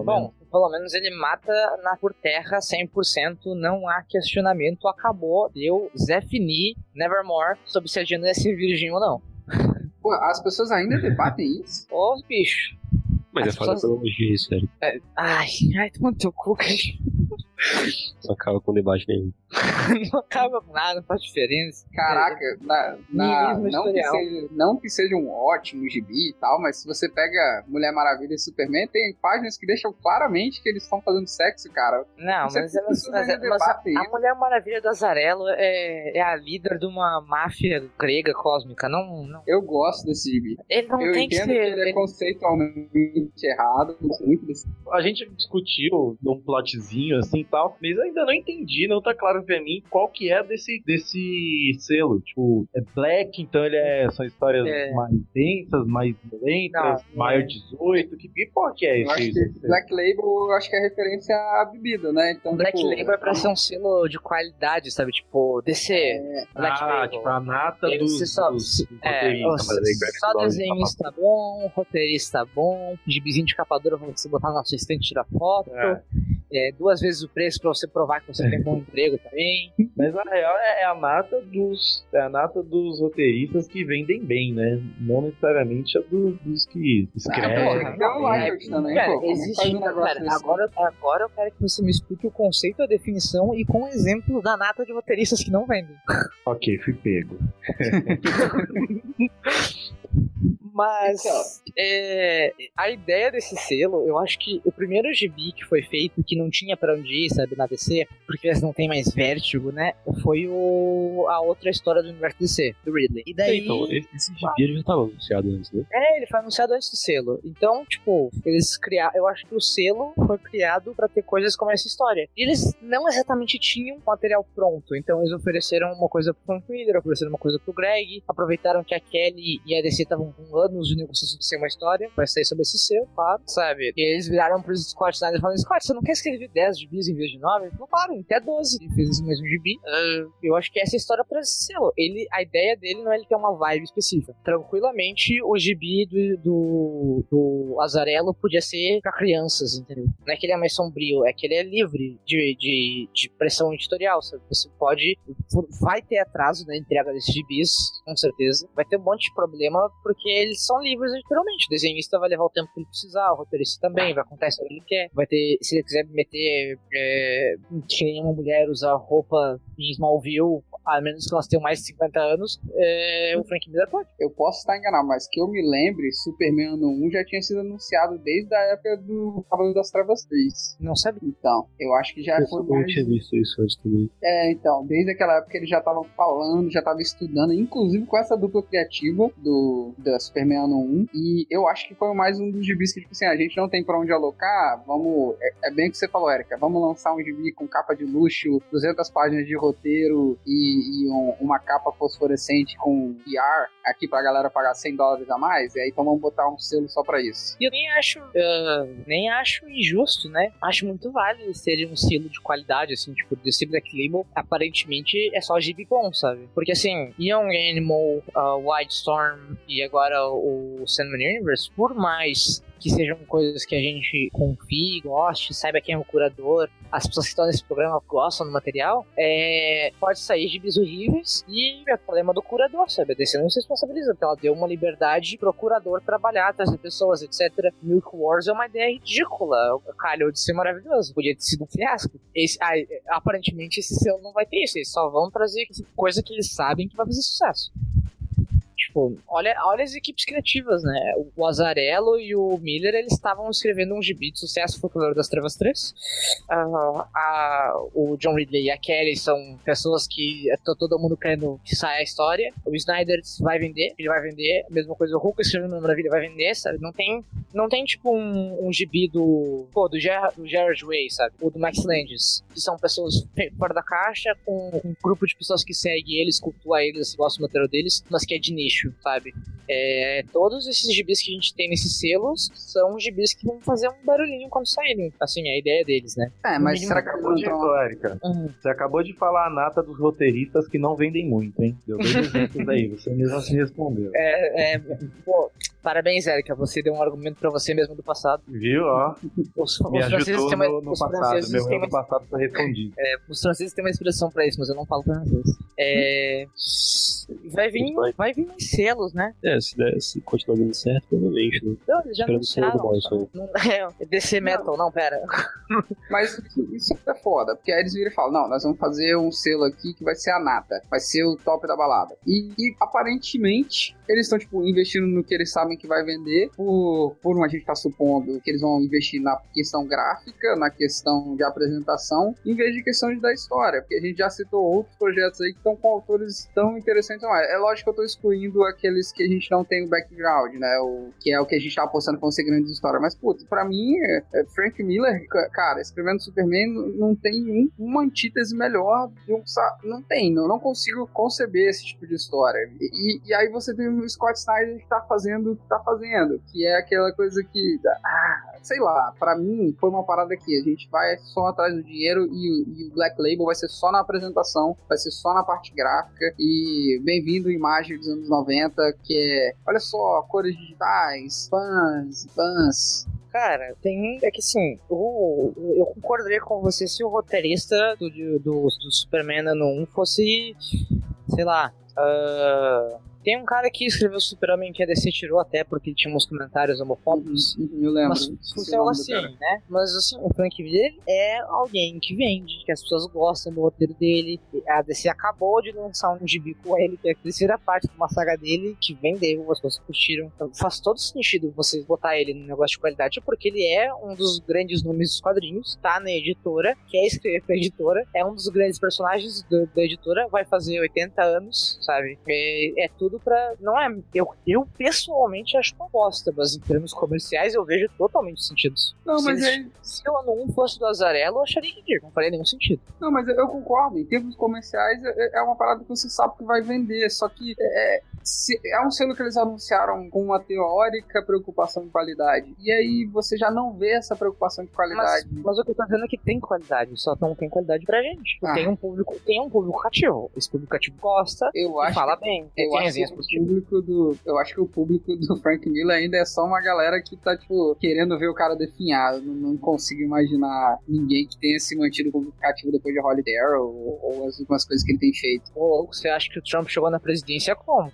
pelo menos ele mata na, por terra cem por cento, não há questionamento, acabou, deu, Zé Fini, Nevermore, sobre se a Diana ia ser virgem ou não. Pô, as pessoas ainda debatem isso? Ô, bicho. Mas As é foda pessoas- pelo elogio, sério. É, ai, ai, toma no teu cu, cara. Não acaba com debate nenhum. Não acaba com nada, não faz diferença. Caraca, na, na- Niilismo não, que editorial. seja, não que seja um ótimo gibi e tal, mas se você pega Mulher Maravilha e Superman, tem páginas que deixam claramente que eles estão fazendo sexo, cara. Não, Não sei mas, por que mas, vocês mas, ainda mas a, debatem a isso. Mulher Maravilha do Azarello é, é a líder de uma máfia grega cósmica. Não, não. Eu gosto desse gibi. Ele não Eu tem que entendo ser. que ele é ele- conceitualmente errado, eu gosto muito desse. A gente discutiu um plotzinho assim e tal, mas eu ainda não entendi, não tá claro pra mim qual que é desse, desse selo. Tipo, é Black, então ele é, são histórias É. mais densas, mais violentas, Não, maior é. dezoito. Que, que porra que é Eu acho esse? que esse Black Label, eu acho que é referência à bebida, né? Então, Black tipo, Label é pra ser um selo de qualidade, sabe? Tipo, D C. Black Ah, Label. tipo, a nata Ele dos, se só, dos, dos é, roteiristas, só- mas aí graphic só novel, desenhista bom, roteirista bom, gibizinho de capa dura pra você botar na sua estante e tirar foto, É. é, duas vezes o preço pra você provar que você tem bom emprego também. Mas a real é, é a nata dos é a nata dos roteiristas que vendem bem, né? Não necessariamente a do- dos que Ah, escrevem. porra, tem o Lycert também, Cara, pô. Como é que existe, faz um negócio cara, desse? agora, agora eu quero que você me explique o conceito, a definição e com exemplos da nata de roteiristas que não vendem. Ok, fui pego. Mas Então. é, a ideia desse selo, eu acho que o primeiro gibi que foi feito, que não tinha pra onde ir, sabe, na D C, porque eles não têm mais Vértigo, né? Foi o, a outra história do universo D C, do Ridley. E daí. Então, esse gibi ele já estava anunciado antes, né? É, ele foi anunciado antes do selo. Então, tipo, eles criaram. Eu acho que o selo foi criado pra ter coisas como essa história. E eles não exatamente tinham material pronto. Então, eles ofereceram uma coisa pro Frank Miller, ofereceram uma coisa pro Greg. Aproveitaram que a Kelly e a D C estavam com anos de negociação de ser uma história. Vai sair sobre esse selo, claro, sabe? E eles viraram pros Scott Snyder e falaram: Scott, você não quer escrever dez gibis em vez de nove? Ele falou: claro, até doze. Ele fez mais um gibi. Uh, eu acho que essa é a história pra esse selo. Ele, a ideia dele não é ele ter uma vibe específica. Tranquilamente, o gibi do, do, do Azarello podia ser pra crianças, entendeu? Não é que ele é mais sombrio, é que ele é livre de, de, de pressão editorial, sabe? Você pode... Vai ter atraso na entrega desses gibis, com certeza. Vai ter um monte de problema, porque eles são livres editorialmente. O desenhista vai levar o tempo que ele precisar, o roteirista também, vai contar a história que ele quer. Vai ter... Se ele quiser meter... É, que nenhuma mulher usar roupa em Smallville, a menos que elas tenham mais de cinquenta anos, é, o Frank Miller pode. Eu posso estar enganado, mas que eu me lembre, Superman Ano um já tinha sido anunciado desde a época do Cavaleiro das Trevas três. Não sabia. Então, eu acho que já Eu foi também mais... tinha visto isso antes também. É, então, desde aquela época eles já estavam falando, já estavam estudando, inclusive com essa dupla criativa do da Superman Ano um, e eu acho que foi mais um dos gibis que, tipo assim, a gente não tem pra onde alocar, vamos... É, é bem o que você falou, Erika, vamos lançar um gibi com capa de luxo, duzentas páginas de roteiro e, e um, uma capa fosforescente com P R aqui pra galera pagar cem dólares a mais, e aí então vamos botar um selo só pra isso. E eu nem acho, uh, nem acho injusto, né? Acho muito válido eles terem um selo de qualidade, assim, tipo, desse Black Label, aparentemente é só gibi bom, sabe? Porque, assim, Young Animal, uh, White Storm e agora o Sandman Universe, por mais que sejam coisas que a gente confie, goste, saiba quem é o curador, as pessoas que estão nesse programa gostam do material, é, pode sair de bis horríveis e é problema do curador, sabe? A D C não se responsabiliza, porque ela deu uma liberdade pro curador trabalhar, trazer pessoas, etcétera. Milk Wars é uma ideia ridícula, calhou de ser maravilhoso, podia ter sido um fiasco. Esse, ah, aparentemente esse selo não vai ter isso, eles só vão trazer coisa que eles sabem que vai fazer sucesso. Tipo, olha, olha as equipes criativas, né? O Azarello e o Miller, eles estavam escrevendo um gibi de sucesso, foi o Cavaleiro das Trevas três. Uh, a, o John Ridley e a Kelly são pessoas que tá todo mundo querendo que saia a história. O Snyder vai vender, ele vai vender. A mesma coisa, o Hulk escrevendo uma maravilha vai vender, sabe? Não tem, não tem tipo um, um gibi do, pô, do, Ger do Gerard Way, sabe? Ou do Max Landis, que são pessoas fora da caixa, com um grupo de pessoas que segue eles, cultua eles, gostam do material deles, mas que é de nicho, sabe? É, todos esses gibis que a gente tem nesses selos são gibis que vão fazer um barulhinho quando saírem. Assim, a ideia deles, né? É, mas Você será que Acabou de, então... Erika, Uhum. você acabou de falar a nata dos roteiristas que não vendem muito, hein? Deu dois exemplos aí, você mesmo se respondeu. É, é, pô, parabéns, Erika. Você deu um argumento pra você mesmo do passado. Viu, ó. Os, Me os franceses ajudou têm uma, no, no os passado. franceses Meu têm erro uma, do passado tá respondido. é, os franceses têm uma expressão pra isso, mas eu não falo francês. É, vai vir, vai vir mais selos, né? É, se, der, se continuar dando certo, provavelmente, né? Não, eles já Esperando ser anunciaram. normal isso aí. Não, é, D C Metal, não, pera. Mas isso, isso é foda, porque aí eles viram e falam, não, nós vamos fazer um selo aqui que vai ser a nata, vai ser o top da balada. E, e aparentemente, eles estão, tipo, investindo no que eles sabem que vai vender, por, por um, a gente tá supondo que eles vão investir na questão gráfica, na questão de apresentação, em vez de questão de dar história, porque a gente já citou outros projetos aí que estão com autores tão interessantes. Não, é, é lógico que eu tô excluindo aqueles que a gente não tem o background, né, o, que é o que a gente tá apostando que vão ser grandes histórias, mas, putz, pra mim, é, é Frank Miller, cara, escrevendo Superman não tem um, uma antítese melhor de um, não tem, eu não consigo conceber esse tipo de história. E, e aí você tem o Scott Snyder que tá fazendo o que tá fazendo, que é aquela coisa que, ah, sei lá, pra mim foi uma parada que a gente vai só atrás do dinheiro e, e o Black Label vai ser só na apresentação, vai ser só na parte gráfica e bem-vindo imagem dos anos noventa, que é, olha só, cores digitais, fãs, fãs. Cara, tem. É que assim, o, eu concordaria com você se o roteirista do, do, do Superman ano um fosse, sei lá. Uh, tem um cara que escreveu o Super-Homem que a D C tirou até porque tinha uns comentários homofóbicos. Uhum, eu lembro. Mas funciona assim, né? Mas assim, o Frank Miller é alguém que vende, que as pessoas gostam do roteiro dele. A D C acabou de lançar um gibi com ele, que é a terceira parte de uma saga dele, que vendeu, as pessoas curtiram. Então, faz todo sentido você botar ele no negócio de qualidade, porque ele é um dos grandes nomes dos quadrinhos, tá na editora, quer escrever pra editora, é um dos grandes personagens do, da editora, vai fazer oitenta anos, sabe? É, é tudo pra... Não é... Eu, eu pessoalmente acho uma bosta, mas em termos comerciais eu vejo totalmente sentidos. Não, se mas eles, é... se o ano um fosse do Azarello, eu acharia ridículo, não faria nenhum sentido. Não, mas eu concordo. Em termos comerciais, é, é uma parada que você sabe que vai vender. Só que é, se, é um selo que eles anunciaram com uma teórica preocupação de qualidade. E aí você já não vê essa preocupação de qualidade. Mas, mas o que eu tô dizendo é que tem qualidade, só não tem qualidade pra gente. Ah. Tem um público, tem um público cativo. Esse público cativo gosta eu e acho fala que, bem. Eu acho, que o público do, eu acho que o público do Frank Miller ainda é só uma galera que tá, tipo, querendo ver o cara definhado. Não, não consigo imaginar ninguém que tenha se mantido como cativo depois de Holiday Arrow ou, ou as últimas coisas que ele tem feito. Ô, você acha que o Trump chegou na presidência como?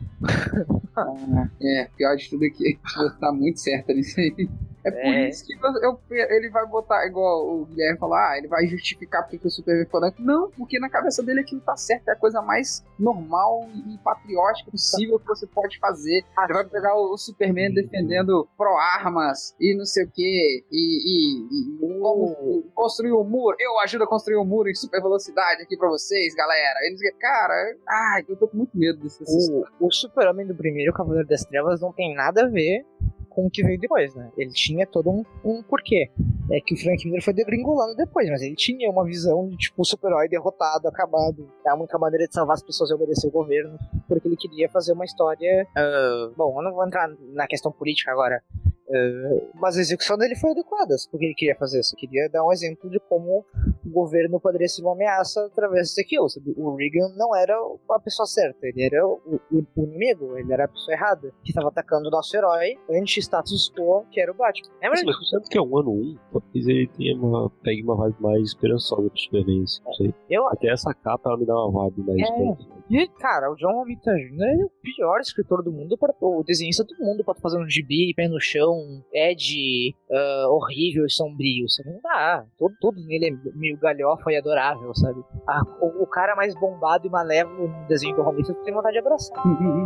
Ah, é, pior de tudo é que você tá muito certo nisso aí. É por é. isso que eu, ele vai botar, igual o Guilherme falou, ah, ele vai justificar porque que o Superman foi dentro. Não, porque na cabeça dele aquilo tá certo, é a coisa mais normal e patriótica possível que você pode fazer. Ele vai pegar o Superman defendendo pró-armas e não sei o que, e, e, e como construir um muro. Eu ajudo a construir um muro em super velocidade aqui pra vocês, galera. Eles, cara, ai, eu tô com muito medo desse O, o Super-Homem do primeiro Cavaleiro das Trevas não tem nada a ver com o que veio depois, né? Ele tinha todo um, um porquê. É que o Frank Miller foi degringolando depois, mas ele tinha uma visão de, tipo, super-herói derrotado, acabado. É a única maneira de salvar as pessoas e obedecer o governo, porque ele queria fazer uma história... Uh, bom, eu não vou entrar na questão política agora, uh, mas a execução dele foi adequada, porque ele queria fazer isso. Ele queria dar um exemplo de como o governo poderia ser uma ameaça através daquilo. Sabe? O Reagan não era a pessoa certa, ele era o, o, o inimigo, ele era a pessoa errada, que estava atacando o nosso herói anti-status quo, que era o Batman. É verdade. Mas sabe que é um ano um? Talvez ele tenha uma, pegue uma vibe mais esperançosa pro Superman, não sei. Eu... Até essa capa ela me dá uma vibe mais é. esperançosa. E, cara, o John Romita Júnior é o pior escritor do mundo, pra, o desenhista do mundo pra fazer um gibi, pé no chão, Ed, uh, horrível e sombrio, sabe? Não dá. Tudo, tudo nele é meio galhofa e adorável, sabe? Ah, o, o cara mais bombado e malévolo no desenho do Romita tem vontade de abraçar.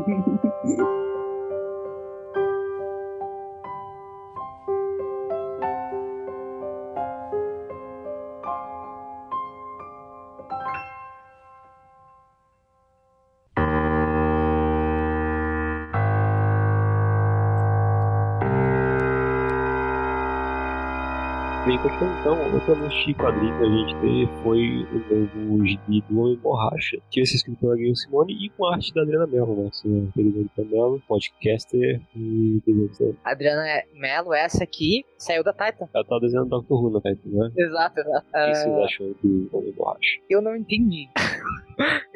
Bem, então, outra notícia de quadrinho que a gente teve foi o novo gibi do Homem Borracha, que vai ser escrito pela Gayle Simone e com a arte da Adriana Mello, nossa querida Adriana Mello, podcaster e desenhista. Adriana Mello, essa aqui, saiu da Titan. Ela tá desenhando Doctor Who na Titan, né? Exato, exato. O que uh... vocês acham do Homem Borracha? Eu não entendi.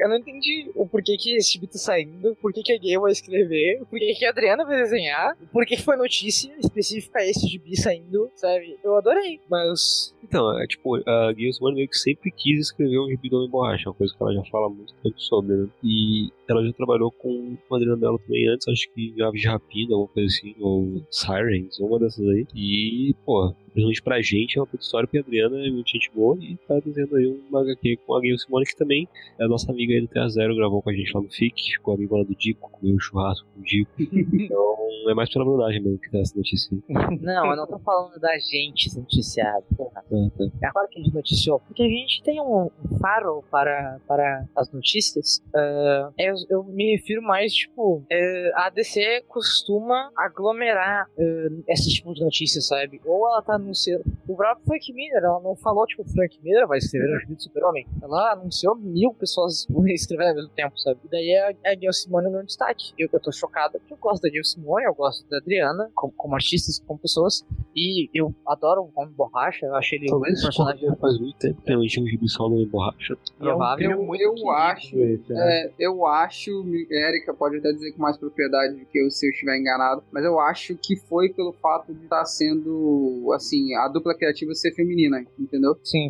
eu não entendi o porquê que esse gibi tá saindo, por que que a Gale vai escrever, por que que a Adriana vai desenhar, por que que foi notícia específica esse gibi saindo, sabe? Eu adorei, mas... Então, é tipo, a Gale Simone meio que sempre quis escrever um gibi do Homem Borracha, uma coisa que ela já fala há muito tempo sobre, né? E ela já trabalhou com o Adriano dela também antes, acho que em Aves de Rapina, alguma coisa assim, ou Sirens, uma dessas aí. E, pô, principalmente pra gente, é uma puta história, porque a Adriana é muito gente boa e tá desenhando aí um H Q com a Gale Simone, que também é a nossa amiga aí do T A Zero, gravou com a gente lá no F I C, com a amiga lá do Dico, comeu um churrasco com o Dico. Então, é mais pela verdade mesmo que tá essa notícia. Não, eu não tô falando da gente ser noticiado. Ah, tá. É agora que a gente noticiou, porque a gente tem um, um faro para, para as notícias. Uh, eu, eu me refiro mais, tipo, uh, a D C costuma aglomerar uh, esse tipo de notícias, sabe? Ou ela tá anunciando. O próprio Frank Miller, ela não falou, tipo, Frank Miller vai escrever um gibi do Super-Homem. Ela anunciou mil pessoas escrevendo ao mesmo tempo, sabe? E daí a, a Gale Simone no destaque. Eu, eu tô chocada porque eu gosto da Gale Simone, eu gosto da Adriana, como, como artistas, como pessoas. E eu adoro o Homem Borracha, eu achei ele Talvez um personagem. Faz muito tempo que a gente tinha um gibi só do Homem Borracha. Provável. Eu, eu, eu acho, esse, né? é, eu acho, Érica pode até dizer com mais propriedade do que eu se eu estiver enganado, mas eu acho que foi pelo fato de estar sendo, assim, a dupla criativa ser feminina, entendeu? Sim.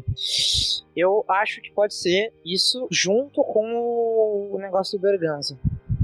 Eu acho que pode ser isso junto com o negócio do Berganza.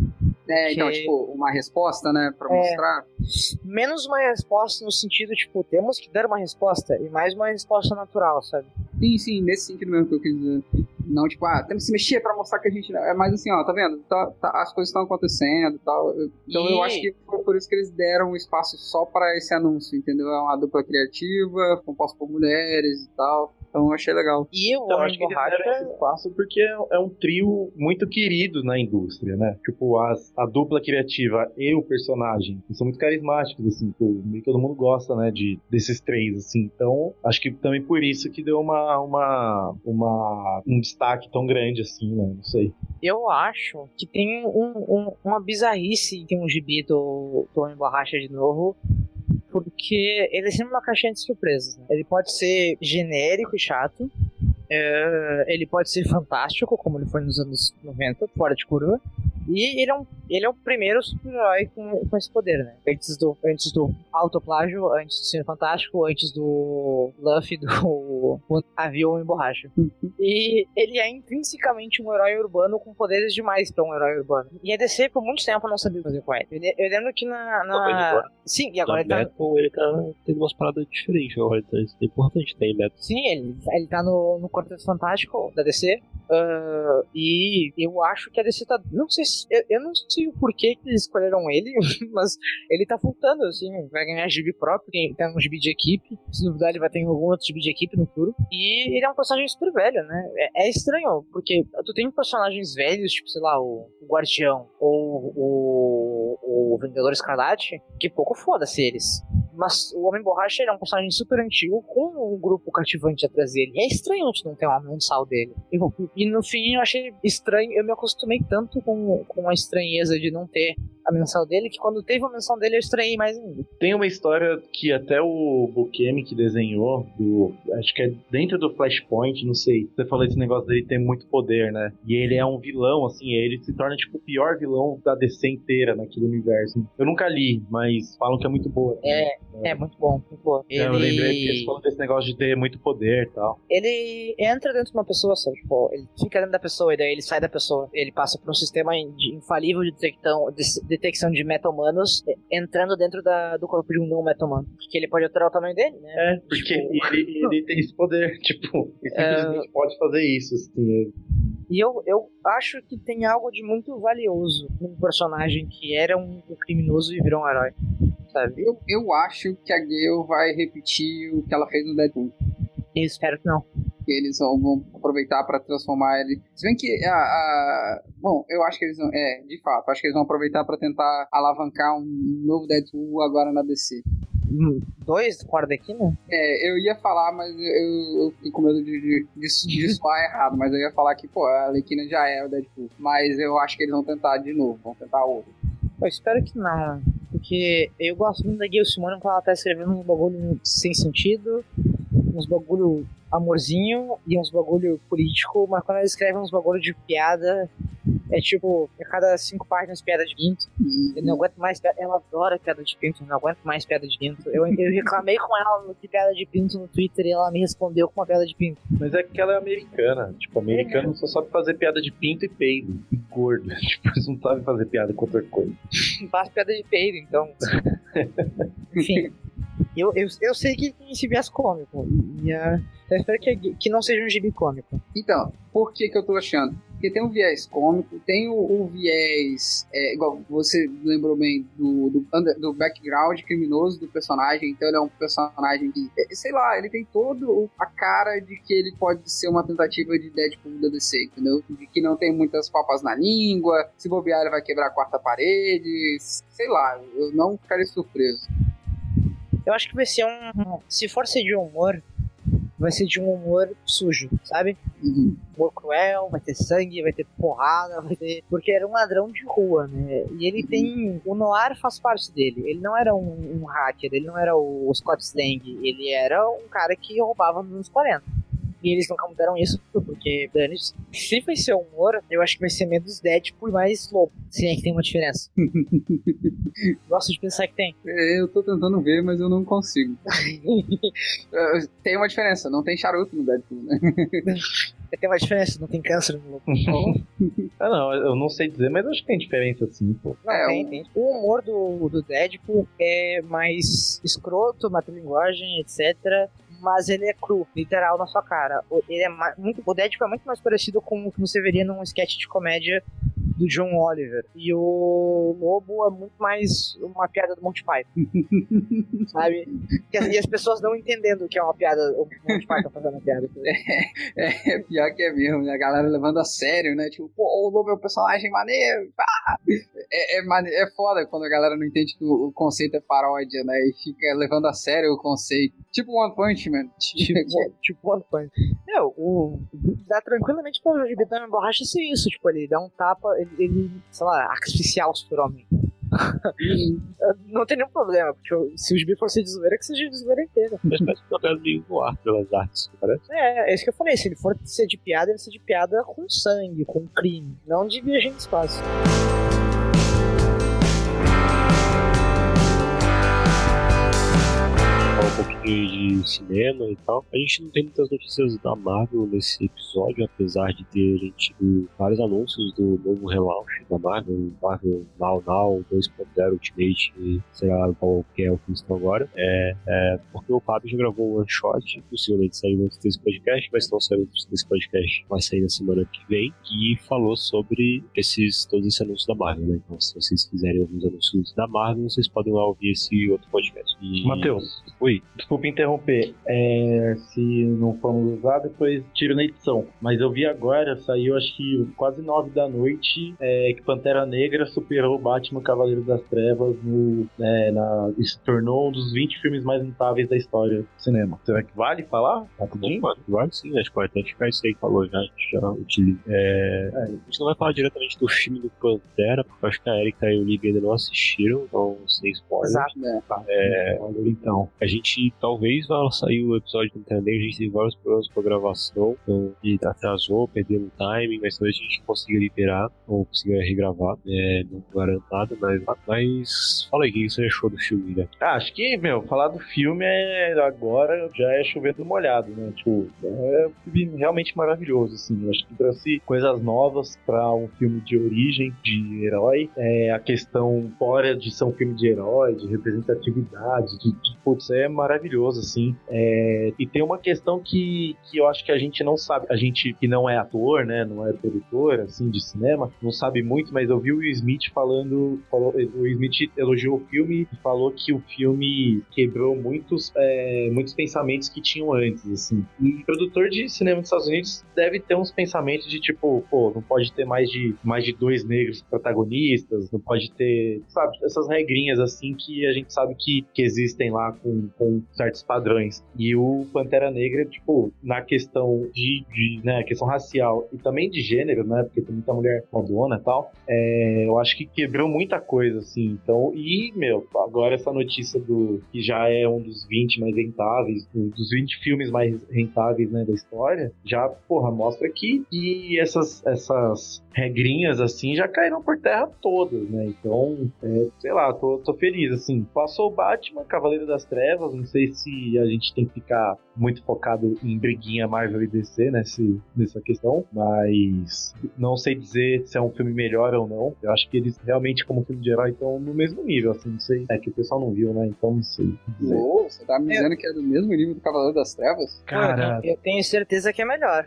É, então, tipo, uma resposta, né, pra é, mostrar. Menos uma resposta no sentido, tipo, temos que dar uma resposta, e mais uma resposta natural, sabe? Sim, sim, nesse sentido mesmo que eu quis dizer. Não, tipo, ah, temos que se mexer pra mostrar que a gente... É mais assim, ó, tá vendo? Tá, tá, as coisas estão acontecendo e tal. Então e... eu acho que foi por isso que eles deram um espaço só pra esse anúncio, entendeu? É uma dupla criativa, composta por mulheres e tal. Então eu achei legal. E eu então, acho que eles deram esse espaço porque é, é um trio muito querido na indústria, né? Tipo, as, a dupla criativa e o personagem são muito carismáticos, assim. Meio que todo mundo gosta, né, de, desses três, assim. Então, acho que também por isso que deu uma, uma, uma, um destaque tão grande, assim, né? Não sei. Eu acho que tem um, um, uma bizarrice em um gibi do, do Homem Borracha de novo, porque ele é sempre uma caixinha de surpresas, né? Ele pode ser genérico e chato, é, ele pode ser fantástico, como ele foi nos anos noventa, fora de curva, e ele é, um, ele é o primeiro super-herói com, com esse poder, né? Antes do, antes do autoplágio, antes do Senhor Fantástico, antes do Luffy, do Avião em Borracha. E ele é intrinsecamente um herói urbano com poderes demais pra um herói urbano. E a D C por muito tempo não sabia fazer com ele. Eu, eu lembro que na... na... Sim, e agora ele tá... Metal, ele tá tendo umas paradas diferentes agora, então isso é importante, tem Metal. Sim, ele, ele tá no, no Quarteto Fantástico da D C. Uh, e eu acho que a D C tá... Não sei se... Eu, eu não sei o porquê que eles escolheram ele, mas ele tá voltando, assim, vai ganhar gibi próprio, tem, tem um gibi de equipe, se duvidar ele vai ter algum outro gibi de equipe no futuro, e ele é um personagem super velho, né? É, é estranho, porque tu tem personagens velhos, tipo, sei lá, o, o Guardião, ou o, o Vingador Escarlate, que pouco foda-se eles. Mas o Homem Borracha ele é um personagem super antigo com um grupo cativante atrás dele. E é estranho a gente não ter uma mensal dele. E, e no fim eu achei estranho, eu me acostumei tanto com, com a estranheza de não ter a mensal dele, que quando teve a menção dele eu estranhei mais ainda. Tem uma história que até o Buscemi que desenhou, do, acho que é dentro do Flashpoint, não sei, você falou esse negócio dele ter muito poder, né? E ele é um vilão, assim, ele se torna tipo o pior vilão da D C inteira naquele universo. Eu nunca li, mas falam que é muito boa. É, é, é muito bom, muito bom. Ele... É, eu lembrei que eles falam desse negócio de ter muito poder e tal. Ele entra dentro de uma pessoa, sabe? Tipo, ele fica dentro da pessoa e daí ele sai da pessoa. Ele passa por um sistema infalível de detectão, de detecção de meta-humanos entrando dentro da, do corpo de um não meta-humano. Porque ele pode alterar o tamanho dele, né? É, porque tipo... ele, ele tem esse poder, tipo, ele simplesmente uh... pode fazer isso, assim. E eu, eu acho que tem algo de muito valioso num personagem que era um, um criminoso e virou um herói, sabe? Eu, eu acho que a Gale vai repetir o que ela fez no Deadpool. Eu espero que não. Eles vão aproveitar para transformar ele. Se bem que a, a... Bom, eu acho que eles vão... É, de fato, acho que eles vão aproveitar para tentar alavancar um novo Deadpool agora na D C. Hum, dois com a Arlequina? É, eu ia falar, mas eu, eu fiquei com medo de, de, de, de soar errado. Mas eu ia falar que, pô, a Arlequina já é o Deadpool. Mas eu acho que eles vão tentar de novo, vão tentar outro. Eu espero que não, porque eu gosto muito da Gale Simone quando ela tá escrevendo um bagulho sem sentido, uns bagulho amorzinho e uns bagulho político, mas quando ela escreve uns bagulho de piada, é tipo, a cada cinco páginas piada de pinto. Uhum. Eu não aguento mais piada. Ela adora piada de pinto, eu não aguento mais piada de pinto. Eu, eu reclamei com ela de piada de pinto no Twitter e ela me respondeu com uma piada de pinto. Mas é que ela é americana. Tipo, americano é. só sabe fazer piada de pinto e peido. E gordo. Tipo, eles não sabem fazer piada com outra coisa. Faz piada de peido, então. Enfim. Eu, eu, eu sei que tem esse viés cômico. E uh, eu espero que, que não seja um gibi cômico. Então, por que que eu tô achando? Porque tem um viés cômico, tem o, o viés, é, igual você lembrou bem, do, do, do background criminoso do personagem. Então ele é um personagem que, sei lá, ele tem todo a cara de que ele pode ser uma tentativa de Deadpool da D C, entendeu? De que não tem muitas papas na língua, se bobear ele vai quebrar a quarta parede, sei lá, eu não ficaria surpreso. Eu acho que vai ser um... Se for ser de humor, vai ser de um humor sujo, sabe? Uhum. Humor cruel, vai ter sangue, vai ter porrada, vai ter... Porque era um ladrão de rua, né? E ele uhum. tem... O Noir faz parte dele. Ele não era um, um hacker, ele não era o Scott Lang. Ele era um cara que roubava nos anos quarenta. E eles nunca mudaram isso, porque, dane-se. Se vai ser humor, eu acho que vai ser menos Deadpool e mais Lobo. Se é que tem uma diferença. Gosto de pensar que tem. Eu tô tentando ver, mas eu não consigo. Tem uma diferença, não tem charuto no Deadpool, né? Tem uma diferença, não tem câncer no Lobo. Ah, não, eu não sei dizer, mas acho que tem diferença sim, pô. Não, é, tem, um... tem. O humor do, do Deadpool é mais escroto, metalinguagem, etcétera. Mas ele é cru, literal, na sua cara. Ele é muito, o Deadpool é muito mais parecido com o que você veria num sketch de comédia do John Oliver. E o Lobo é muito mais uma piada do Monty Python. Sabe? E as pessoas não entendendo que é uma piada, o Monty Python fazendo uma piada. É, é pior que é mesmo, né? A galera levando a sério, né? Tipo, pô, o Lobo é um personagem maneiro. Ah! É, é, mane- é foda quando a galera não entende que o, o conceito é paródia, né? E fica levando a sério o conceito. Tipo One Punch Man. Tipo, tipo One Punch. É, o, dá tranquilamente pra o G B da borracha ser isso. Tipo, ele dá um tapa, ele, ele sei lá, asfixiar o super-homem. Não tem nenhum problema, porque se o G B for ser de zoeira, que seja de zoeira inteira. Mas parece que é meio no ar pelas artes, parece. É, é isso que eu falei. Se ele for ser de piada, ele ser de piada com sangue, com crime, não de viagem no espaço. Um pouquinho de cinema e tal. A gente não tem muitas notícias da Marvel nesse episódio, apesar de terem tido vários anúncios do novo relaunch da Marvel, Marvel Now Now dois ponto zero Ultimate, será qual que é o que eles estão agora. É, é, porque o Fábio já gravou um one shot, possivelmente saiu antes desse podcast, mas não saiu antes desse podcast, vai sair na semana que vem, que falou sobre esses, todos esses anúncios da Marvel, né? Então, se vocês quiserem alguns anúncios da Marvel, vocês podem lá ouvir esse outro podcast. E... Matheus. Oi. Desculpa interromper, é, se não formos usar, depois tiro na edição. Mas eu vi agora, saiu acho que quase nove da noite, é, que Pantera Negra superou Batman Cavaleiro das Trevas no, é, na, e se tornou um dos vinte filmes mais notáveis da história do cinema. Será que vale falar? Rapidinho? Vale sim, acho que pode até ficar isso aí que falou já, a gente já utiliza. É, é, a gente não vai falar diretamente do filme do Pantera, porque eu acho que a Erika e o Lib ainda não assistiram, então sem spoiler. Exato, né? Tá, é, então, a gente talvez vá sair o episódio do Pantera Negra, a gente teve vários problemas com a gravação, então, e atrasou, perdeu o timing, mas talvez a gente consiga liberar, ou consiga regravar, é, não garanto nada, mas, mas fala aí, o que você achou do filme, né? Ah, acho que, meu, falar do filme é, agora já é chovendo molhado, né? Tipo, é um filme realmente maravilhoso, assim. Eu acho que trouxe coisas novas pra um filme de origem, de herói. É, a questão fora de ser um filme de herói, de representatividade, de, de putz, é maravilhoso, assim. É, e tem uma questão que, que eu acho que a gente não sabe, a gente que não é ator, né, não é produtor, assim, de cinema, não sabe muito, mas eu vi o Will Smith falando, falou, o Will Smith elogiou o filme e falou que o filme quebrou muitos, é, muitos pensamentos que tinham antes, assim. E o produtor de cinema dos Estados Unidos deve ter uns pensamentos de tipo, pô, não pode ter mais de, mais de dois negros protagonistas, não pode ter, sabe, essas regrinhas, assim, que a gente sabe que, que existem lá com, com certos padrões. E o Pantera Negra, tipo, na questão de, de né, questão racial e também de gênero, né, porque tem muita mulher fodona e tal, é, eu acho que quebrou muita coisa, assim. Então, e, meu, agora essa notícia do que já é um dos vinte mais rentáveis, dos vinte filmes mais rentáveis, né, da história, já, porra, mostra que, que essas, essas regrinhas, assim, já caíram por terra todas, né? Então, é, sei lá, tô, tô feliz, assim. Passou o Batman, Cavaleiro das Trevas, não sei se a gente tem que ficar muito focado em briguinha Marvel e D C nesse, nessa questão, mas não sei dizer se é um filme melhor ou não. Eu acho que eles realmente, como filme de herói, estão no mesmo nível, assim, não sei. É que o pessoal não viu, né? Então não sei dizer. Pô, você tá me dizendo é. que é do mesmo nível do Cavaleiro das Trevas? Cara, eu tenho certeza que é melhor.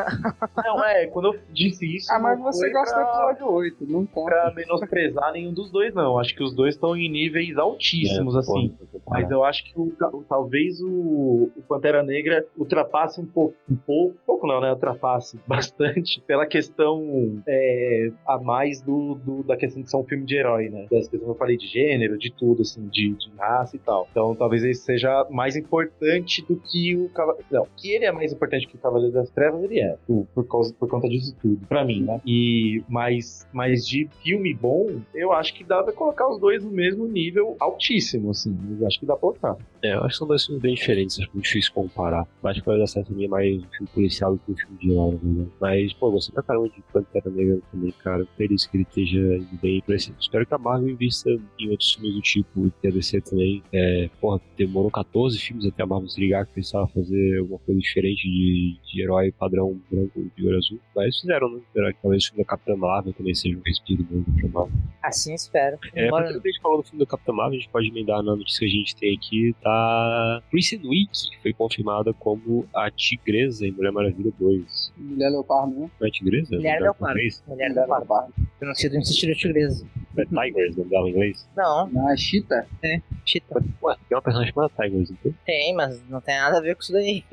Não, é, quando eu disse isso... Ah, mas você gosta pra... do episódio oito, não conta. Pra menosprezar nenhum dos dois, não. Acho que os dois estão em níveis altíssimos, é, assim. Pode, mas eu acho que o, talvez o, o Pantera Negra ultrapasse um pouco, um pouco, pouco não, né? Ultrapasse bastante pela questão é, a mais do, do, da questão de ser um filme de herói, né? Das questões que eu falei de gênero, de tudo, assim, de, de raça e tal. Então talvez ele seja mais importante do que o Cavaleiro. Não, que ele é mais importante que o Cavaleiro das Trevas, ele é. Por, por, causa, por conta disso tudo. Pra mim, né? E, mas, mas de filme bom, eu acho que dá pra colocar os dois no mesmo nível altíssimo, assim. Eu acho que dá pra colocar. É, eu acho que são dois filmes bem diferentes, acho muito difícil comparar. Mas que Cavaleiro das Trevas também é mais um filme policial do que um filme de herói, né? Mas, pô, você pra caramba de Pantera Negra também, cara. Feliz que ele esteja indo bem por esse. Espero que a Marvel invista em outros filmes do tipo, e a D C também. É, porra, demorou catorze filmes até a Marvel se ligar que pensava fazer alguma coisa diferente de, de herói padrão branco de olho azul. Mas fizeram, né? Espero que talvez o filme da Capitã Marvel também seja um respiro novo pra Marvel. Assim espero. É, porque a gente falou do filme da Capitã Marvel, a gente pode emendar na notícia que a gente tem aqui, tá? Kristen Wiig foi confirmada como a Tigresa em Mulher Maravilha dois. Mulher Leopardo, né? Não é Tigresa? Mulher Leopardo. Mulher Leopardo. Eu não sei do Instituto Tigresa. É Tigers, o nome dela em inglês? Não. Não, é Cheetah? É, Cheetah. Ué, tem uma personagem chamada Tigers, não tem? Tem, mas não tem nada a ver com isso daí.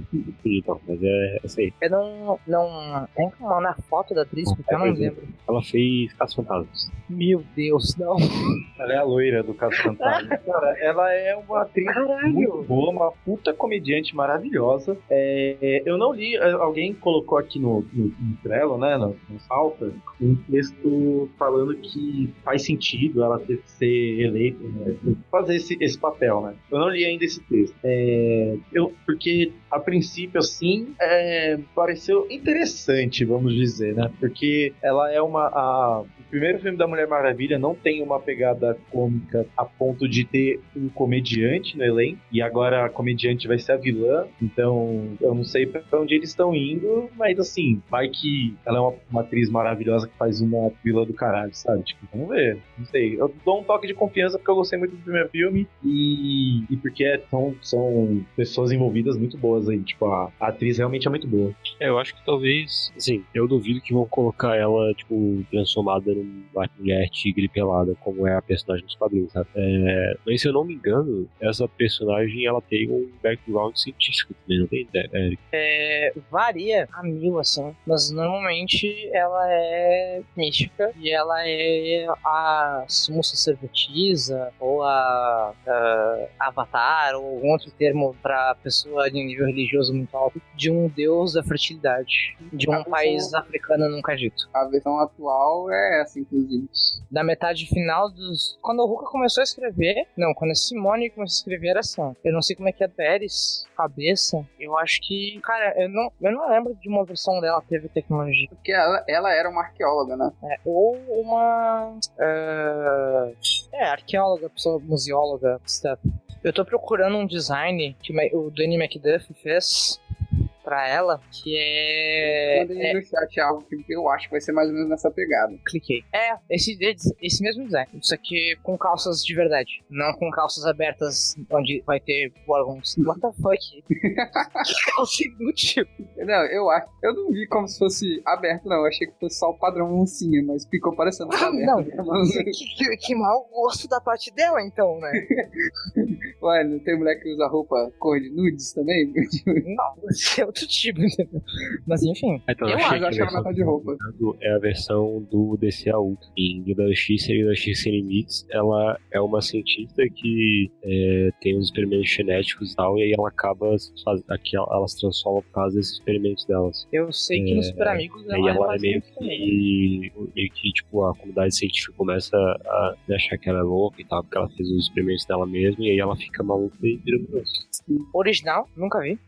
Então, mas é essa aí. Eu não... não... Tem como mandar foto da atriz, porque eu não lembro. Ela fez Caça Fantasmas. Meu Deus, não. Ela é a loira do Caso Fantasma. Cara, ela é uma atriz Caralho. muito boa, uma puta comediante maravilhosa. É, eu não li, alguém colocou aqui no, no, no Trello, né, no, no Salta, um texto falando que faz sentido ela ter que ser eleita, né, fazer esse, esse papel, né. Eu não li ainda esse texto. É, eu, porque, a princípio, assim, é, pareceu interessante, vamos dizer, né, porque ela é uma... A, o primeiro filme da Mulher Maravilha não tem uma pegada cômica a ponto de ter um comediante no elenco, e agora a comediante vai ser a vilã, então eu não sei pra onde eles estão indo, mas assim, vai que ela é uma, uma atriz maravilhosa que faz uma vilã do caralho, sabe? Tipo, vamos ver, não sei. Eu dou um toque de confiança porque eu gostei muito do primeiro filme e, e porque é, são, são pessoas envolvidas muito boas aí, tipo, a, a atriz realmente é muito boa. É, eu acho que talvez, assim, eu duvido que vão colocar ela, tipo, transformada numa mulher tigre pelada, como é a personagem dos quadrinhos, sabe? É, mas se eu não me engano, essa personagem, ela tem um background científico também, não tem ideia, Eric? É, varia a mil, assim, mas normalmente ela é mística e ela é a sumo sacerdotisa ou a, a avatar ou algum outro termo pra pessoa de nível religioso muito alto de um deus da fertilidade de um a país versão... africano nunca dito. A versão atual é essa, inclusive. Da metade final dos... Quando o Ruka começou a escrever... Não, quando a Simone começou a escrever era assim. Eu não sei como é que é a Pérez, cabeça. Eu acho que... Cara, eu não, eu não lembro de uma versão dela que teve tecnologia. Porque ela, ela era uma arqueóloga, né? É, ou uma... Uh, é, arqueóloga, pessoa museóloga, stuff. Eu tô procurando um design que o Danny McDuff fez pra ela, que é... Mandei é, no chat algo que eu acho que vai ser mais ou menos nessa pegada. Cliquei. É, esse, esse mesmo design. Isso aqui com calças de verdade. Não com calças abertas onde vai ter órgãos. What the fuck? Que calça inútil. Não, eu acho... Eu não vi como se fosse aberto, não. Eu achei que fosse só o padrão oncinha, mas ficou parecendo ah, aberto. Não, que, que, que mau gosto da parte dela, então, né? Ué, não tem mulher que usa roupa cor de nudes também? Não, eu outro tipo, entendeu? Mas enfim. Então, Eu achei acho, acho que ela vai estar de roupa. É a versão do D C A Ultra. Em Liga da Justiça e Liga da Justiça Sem Limites, ela é uma cientista que é, tem os experimentos genéticos e tal, e aí ela acaba, faz, aqui ela se transforma por causa desses experimentos delas. Eu sei que É, nos Super Amigos E aí ela, ela é é meio que, meio que, tipo, a comunidade científica começa a achar que ela é louca e tal, porque ela fez os experimentos dela mesma, e aí ela fica maluca e vira mudança. Original, nunca vi.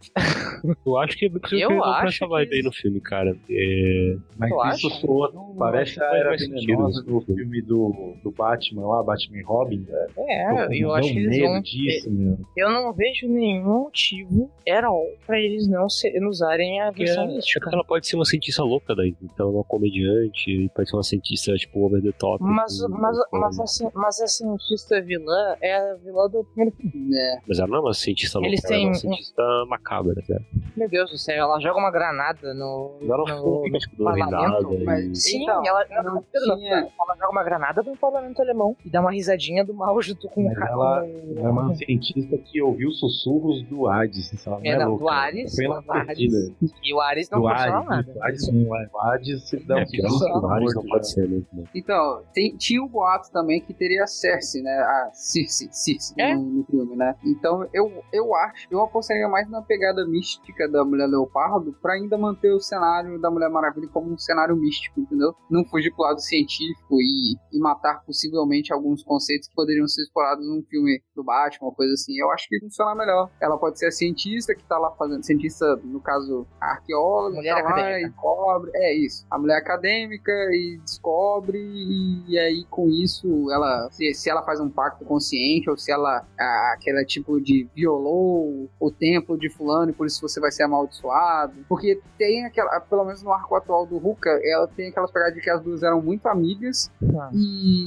Eu acho que é porque Eu eu acho essa vibe que- aí no filme, cara. É... Mas Tu isso acha? soa, Não, parece acho a que era faz sentido venenosa isso. do filme do, do Batman lá, Batman e Robin. É, eu Tô acho com que eles medo vão. disso, meu. Eu não vejo nenhum motivo at all pra eles não, se, não usarem a Porque versão é- mística. ela pode ser uma cientista louca daí, então uma comediante, e pode ser uma cientista tipo over the top. Mas, com- mas, com- mas, a, ci- mas a cientista vilã é a vilã do primeiro filme. É. Mas ela não é uma cientista louca, Eles ela é têm uma um- cientista macabra, né? Meu Deus do céu, ela joga uma granada no. Ela não no, fica no tipo dando parlamento, risada mas- e... Sim, Então, ela, não não, Pedro, não, tinha- ela joga uma granada no parlamento alemão e dá uma risadinha do mal junto com Mas o cara. ela com- é uma cientista que ouviu sussurros do Hades, se ela não é, É, não, louca. do Ares, Pela do Ares. perdida. E o Ares não Do funciona Hades, nada. do Hades não é. O Hades se dá É, um porque susto, o Ares não morto pode já. ser, né? Então, tem- tinha um boato também que teria a Cersei, né? A Circe, Circe É? no, no filme, né? Então, eu, eu acho, eu apostaria mais na pegada mística da Mulher Leopardo pra ainda manter o cenário da Mulher Maravilha como um cenário místico, entendeu? Não fugir pro lado científico e, e matar possivelmente alguns conceitos que poderiam ser explorados num filme do Batman, uma coisa assim. Eu acho que funciona melhor. Ela pode ser a cientista que tá lá fazendo, cientista, no caso, a arqueóloga, Mulher tá lá acadêmica. e descobre, é isso, a mulher acadêmica e descobre, e aí com isso ela, se, se ela faz um pacto consciente ou se ela, a, aquela tipo de violou o templo de fulano e por isso você vai ser amaldiçoado, porque tem aquela, pelo menos no arco atual do Ruka, ela tem aquelas pegadas de que as duas eram muito amigas Ah. e,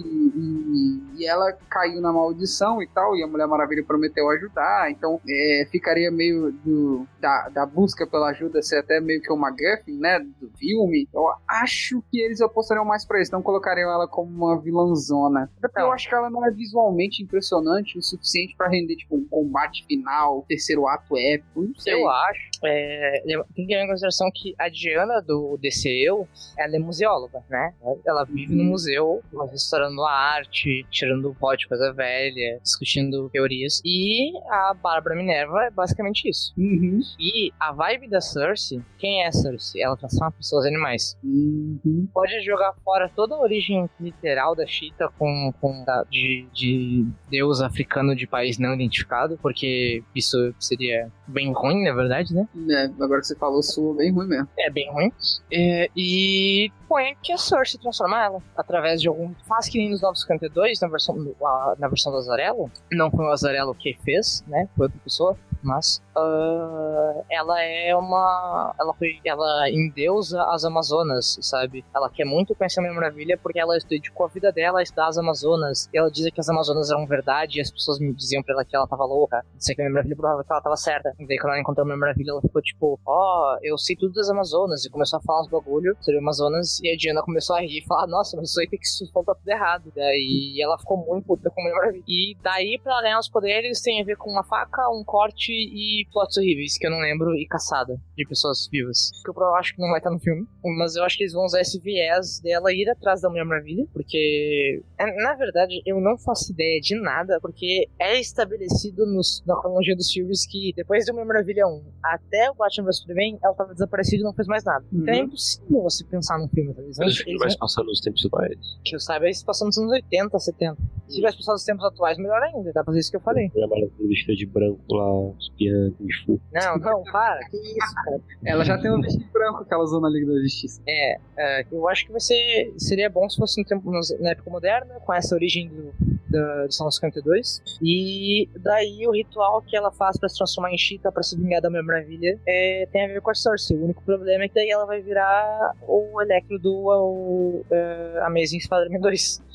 e, e ela caiu na maldição e tal, e a Mulher Maravilha prometeu ajudar, então é, ficaria meio do, da, da busca pela ajuda ser até meio que uma MacGuffin, né, do filme. Eu acho que eles apostariam mais pra isso, não colocariam ela como uma vilãzona. Até porque Não. eu acho que ela não é visualmente impressionante o suficiente pra render, tipo, um combate final, terceiro ato épico, não sei. Eu acho. É, tem que ter em consideração que a Diana do D C Eu, ela é museóloga, né? Ela vive no museu, restaurando a arte, tirando o pó de coisa velha, discutindo teorias. E a Bárbara Minerva é basicamente isso. Uhum. E a vibe da Cersei, quem é a Cersei? Ela transforma pessoas em animais. Uhum. Pode jogar fora toda a origem literal da Cheetah com, com da, de, de deus africano de país não identificado, porque isso seria bem ruim, na verdade, né? É, agora que você falou, soa bem ruim mesmo. É bem ruim. É, e põe que a Cersei transforma ela através de algum. Faz que nem nos novos cinquenta e dois, na versão, a- na versão do Azarello. Não foi o Azarello que fez, né? Foi outra pessoa. Mas ah, ela é uma. Ela foi. Ela endeusa as Amazonas, sabe? Ela quer muito conhecer a Mulher Maravilha porque ela dedicou a vida dela a estudar as Amazonas. E ela dizia que as Amazonas eram verdade e as pessoas me diziam pra ela que ela tava louca. Dizia que a Mulher Maravilha provava que ela tava certa. E daí quando ela encontrou a Mulher Maravilha, ela ficou tipo, ó, oh, eu sei tudo das Amazonas. E começou a falar uns bagulho sobre Amazonas. E a Diana começou a rir e falar, nossa, mas isso aí tem que se faltar tudo errado. Daí ela ficou muito puta com a Mulher Maravilha. E daí, pra ela ganhar os poderes, tem a ver com uma faca, um corte e plots horríveis, que eu não lembro, e caçada de pessoas vivas. Que eu provavelmente acho que não vai estar no filme. Mas eu acho que eles vão usar esse viés dela ir atrás da Mulher Maravilha. Porque, na verdade, eu não faço ideia de nada, porque é estabelecido nos, na cronologia dos filmes que depois da Mulher Maravilha um até o Batman versus Superman, ela tava desaparecida e não fez mais nada. Então é Uhum. impossível você pensar num filme. Tá? Eles vão- Mas o filme eles vai vão- se passar nos tempos atuais. que eu saiba, isso passou nos anos oitenta, setenta. Se tivesse passado nos tempos atuais, melhor ainda. Dá pra fazer isso que eu falei. Mulher Maravilha vestida de branco lá, espiando, de fu. Não, não, para. Que isso, cara. Ela já tem um vestido branco que ela usou na Liga da Justiça. É, é, eu acho que vai ser, seria bom se fosse no tempo, nos- na época moderna, com essa origem do, da edição cinquenta e dois. E daí o ritual que ela faz pra se transformar em Cheetah, pra se vingar da Mulher Maravilha, é, tem a ver com a Cersei. O único problema é que daí ela vai virar o Electro do o, é, Amazing Spider-Man dois.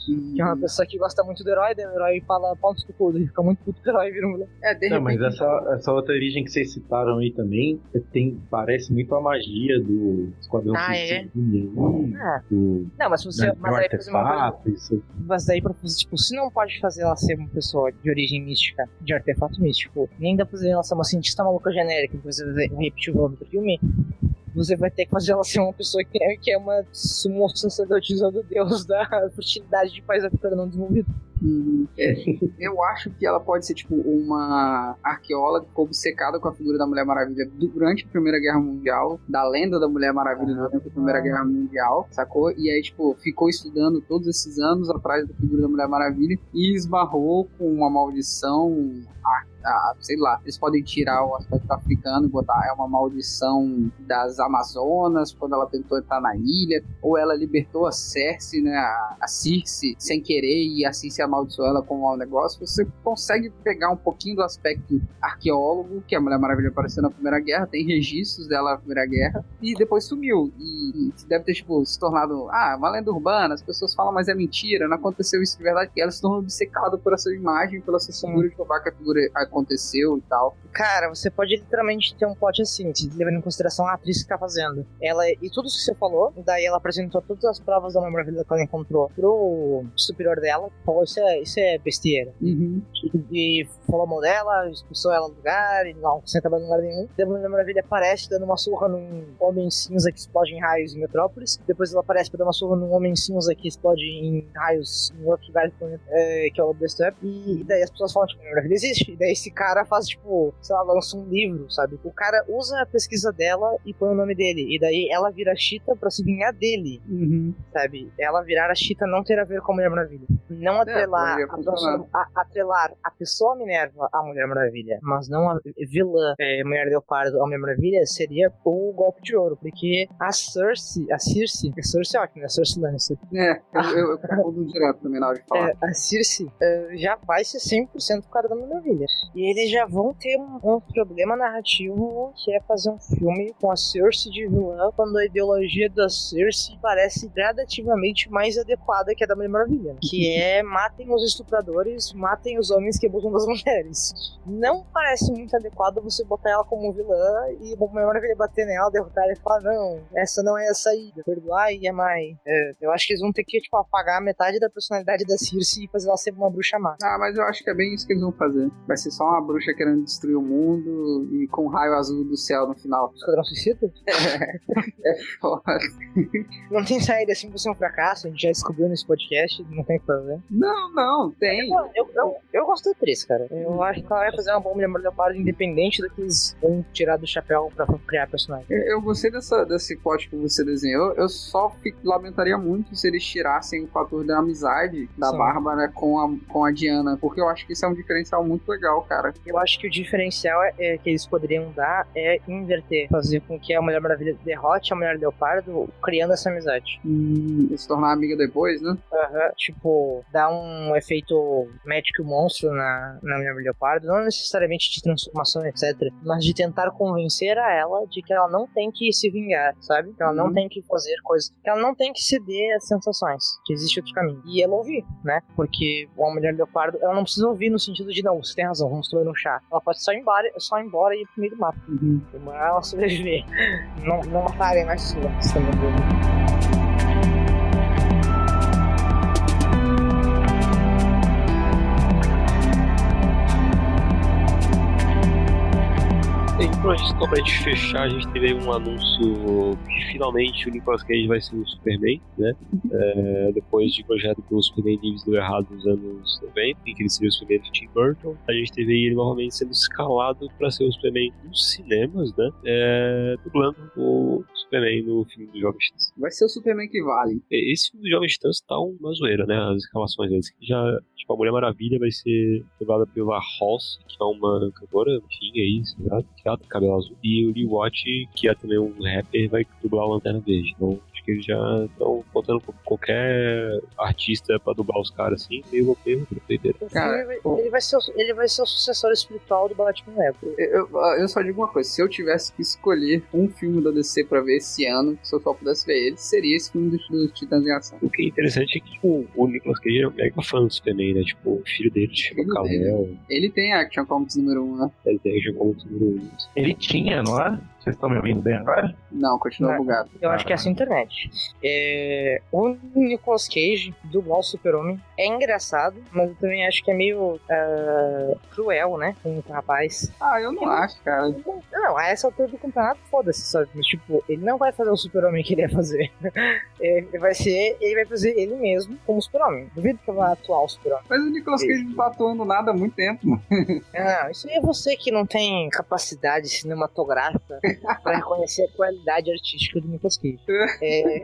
Hum. Que é uma pessoa que gosta muito do herói, daí o herói fala pontos do cu, ele fica muito puto com o herói e vira um vilão. É, de Não, repente... mas essa, essa outra origem que vocês citaram aí também tem, parece muito a magia do Esquadrão Ah, é? Suicida, Ah. do, Não, mas se você. né, Mas do aí fazer uma coisa. artefato, isso. Mas daí pra fazer, tipo, se não pode fazer ela ser uma pessoa de origem mística, de artefato místico, nem dá pra fazer ela ser uma cientista maluca genérica, que você vai repetir o vilão do filme, você vai ter que fazer ela ser uma pessoa que é, que é uma sumo sacerdotisa do deus da fertilidade de país africano não desenvolvido. Uhum. É, eu acho que ela pode ser tipo uma arqueóloga que ficou obcecada com a figura da Mulher Maravilha durante a Primeira Guerra Mundial, da lenda da Mulher Maravilha durante a Primeira Guerra Mundial, sacou? E aí, tipo, ficou estudando todos esses anos atrás da figura da Mulher Maravilha e esbarrou com uma maldição. A, a, sei lá, eles podem tirar o aspecto africano e botar é uma maldição das Amazonas quando ela tentou entrar na ilha, ou ela libertou a Cersei, né, a, a Circe sem querer e assim se amaldiçoou ela com um mau negócio. Você consegue pegar um pouquinho do aspecto arqueólogo, que a Mulher Maravilha apareceu na Primeira Guerra, tem registros dela na Primeira Guerra, e depois sumiu, e, e deve ter tipo, se tornado, ah, uma lenda urbana, as pessoas falam, mas é mentira, não aconteceu isso de verdade, que ela se tornou obcecada por essa imagem, pela sua figura de provar que a figura aconteceu e tal. Cara, você pode literalmente ter um plot assim, levando em consideração a atriz que tá fazendo. Ela, e tudo isso que você falou, daí ela apresentou todas as provas da Mulher Maravilha que ela encontrou pro superior dela, falou, isso é, isso é besteira. Uhum. E, e falou mal dela, expulsou ela do lugar, e não, sem trabalhar em lugar nenhum. Depois a Mulher Maravilha aparece dando uma surra num homem cinza que explode em raios em Metrópolis. Depois ela aparece pra dar uma surra num homem cinza que explode em raios em outro lugar do planeta, é, que é o Lobo da Steppe. E, e daí as pessoas falam, tipo, a Mulher Maravilha existe. E daí esse cara faz, tipo, sei lá, lança um livro, sabe? O cara usa a pesquisa dela e põe o nome dele. E daí ela vira a Cheetah pra se vingar dele, Uhum. sabe? Ela virar a Cheetah não ter a ver com a Mulher Maravilha. Não atrelar, É, a, pessoa, a, atrelar a pessoa Minerva à Mulher Maravilha, mas não a vilã é, Mulher Leopardo à Mulher Maravilha, seria o golpe de ouro. Porque a Cersei, a Circe, a Cersei é ótimo, né? A Cersei Lannister. É, eu, eu, eu confundo direto também na hora de falar. É, a Circe é, já vai ser cem por cento o cara da Mulher Maravilha. E eles já vão ter um, um problema narrativo que é fazer um filme com a Cersei de vilã quando a ideologia da Cersei parece gradativamente mais adequada que a da Mulher Maravilha. Que é matem os estupradores, matem os homens que abusam das mulheres. Não parece muito adequado você botar ela como vilã e a Mulher Maravilha bater nela, derrotar ela e falar, não, essa não é a saída, perdoar e amar. É, eu acho que eles vão ter que tipo, apagar metade da personalidade da Cersei e fazer ela ser uma bruxa má. Ah, mas eu acho que é bem isso que eles vão fazer. Vai ser só uma bruxa querendo destruir o mundo e com um raio azul do céu no final. Esquadrão Suicida? É foda. Não tem saída assim pra ser um fracasso, a gente já descobriu nesse podcast, não tem o que fazer. Não, não, tem. Eu, eu, eu, eu gosto da atriz, cara. Eu acho que ela vai fazer uma boa Mulher Leopardo independente do que eles vão tirar do chapéu pra criar personagem. Eu, eu gostei dessa, desse plot que você desenhou. Eu só fico, lamentaria muito se eles tirassem o fator da amizade da Sim. Bárbara com a, com a Diana, porque eu acho que isso é um diferencial muito legal, cara. Eu acho que o diferencial é, é, que eles poderiam dar é inverter, fazer com que a Mulher Maravilha derrote a Mulher Leopardo criando essa amizade. Hum, se tornar amiga depois, né? Uhum. Tipo, dar um efeito médico monstro na, na Mulher Leopardo, não necessariamente de transformação, etcétera, mas de tentar convencer a ela de que ela não tem que se vingar, sabe? Que ela não Uhum. tem que fazer coisas, que ela não tem que ceder às sensações, que existe outro caminho. E ela ouvir, né? Porque a Mulher Leopardo, ela não precisa ouvir no sentido de, não, você tem razão, vamos tomar um chá. Ela pode só ir embora, só ir embora e ir pro meio do mato. Uhum. Demorar ela sobreviver. Não, não matarem mais sua, sistema dele. Então, a gente, só pra gente fechar, a gente teve aí um anúncio que finalmente o Nicolas Cage vai ser o Superman, né? É, depois de projeto que o Superman Lives deu errado nos anos noventa, em que ele seria o Superman do Tim Burton, a gente teve aí ele novamente sendo escalado pra ser o Superman nos cinemas, né? É, dublando o Superman no filme do Jovem Titãs. Vai ser o Superman que vale. Esse filme do Jovem Titãs tá uma zoeira, né? As escalações deles. Já, tipo, a Mulher Maravilha vai ser dublada pela Halsey, que é uma cantora, enfim, aí, sei lá, teatro, cabelo azul. E o Lee Watt, que é também um rapper, vai dublar a Lanterna Verde. Então, acho que eles já estão botando qualquer artista pra dublar os caras assim, meio meio doideira. Cara, ele, vai, ele, vai ser o, ele vai ser o sucessor espiritual do Batman Lego. Eu, eu, eu só digo uma coisa, se eu tivesse que escolher um filme da D C pra ver esse ano, se eu só pudesse ver ele, seria esse filme dos, dos Titãs em Ação. O que é interessante é que tipo, o Nicolas Cage é um mega fã do Superman, né? Tipo, o filho dele chama Kal-El. Ele tem Action Comics número um, né? Ele tem Action Comics número um. Ele tinha, não é? Vocês estão me ouvindo bem agora? Não, continua Não, bugado. Eu acho que é essa internet. É, o Nicolas Cage, dublar o Super-Homem, é engraçado, mas eu também acho que é meio uh, cruel, né? Com o rapaz. Ah, eu não ele... acho, cara. Não, a essa altura do campeonato, foda-se, sabe? Mas, tipo, ele não vai fazer o Super-Homem que ele ia fazer. Ele vai ser, ele vai fazer ele mesmo como Super-Homem. Duvido que vai atuar o Super-Homem. Mas o Nicolas Cage não tá atuando nada há muito tempo. Não, isso aí é você que não tem capacidade cinematográfica pra reconhecer a qualidade artística do Nicolas Cage. É,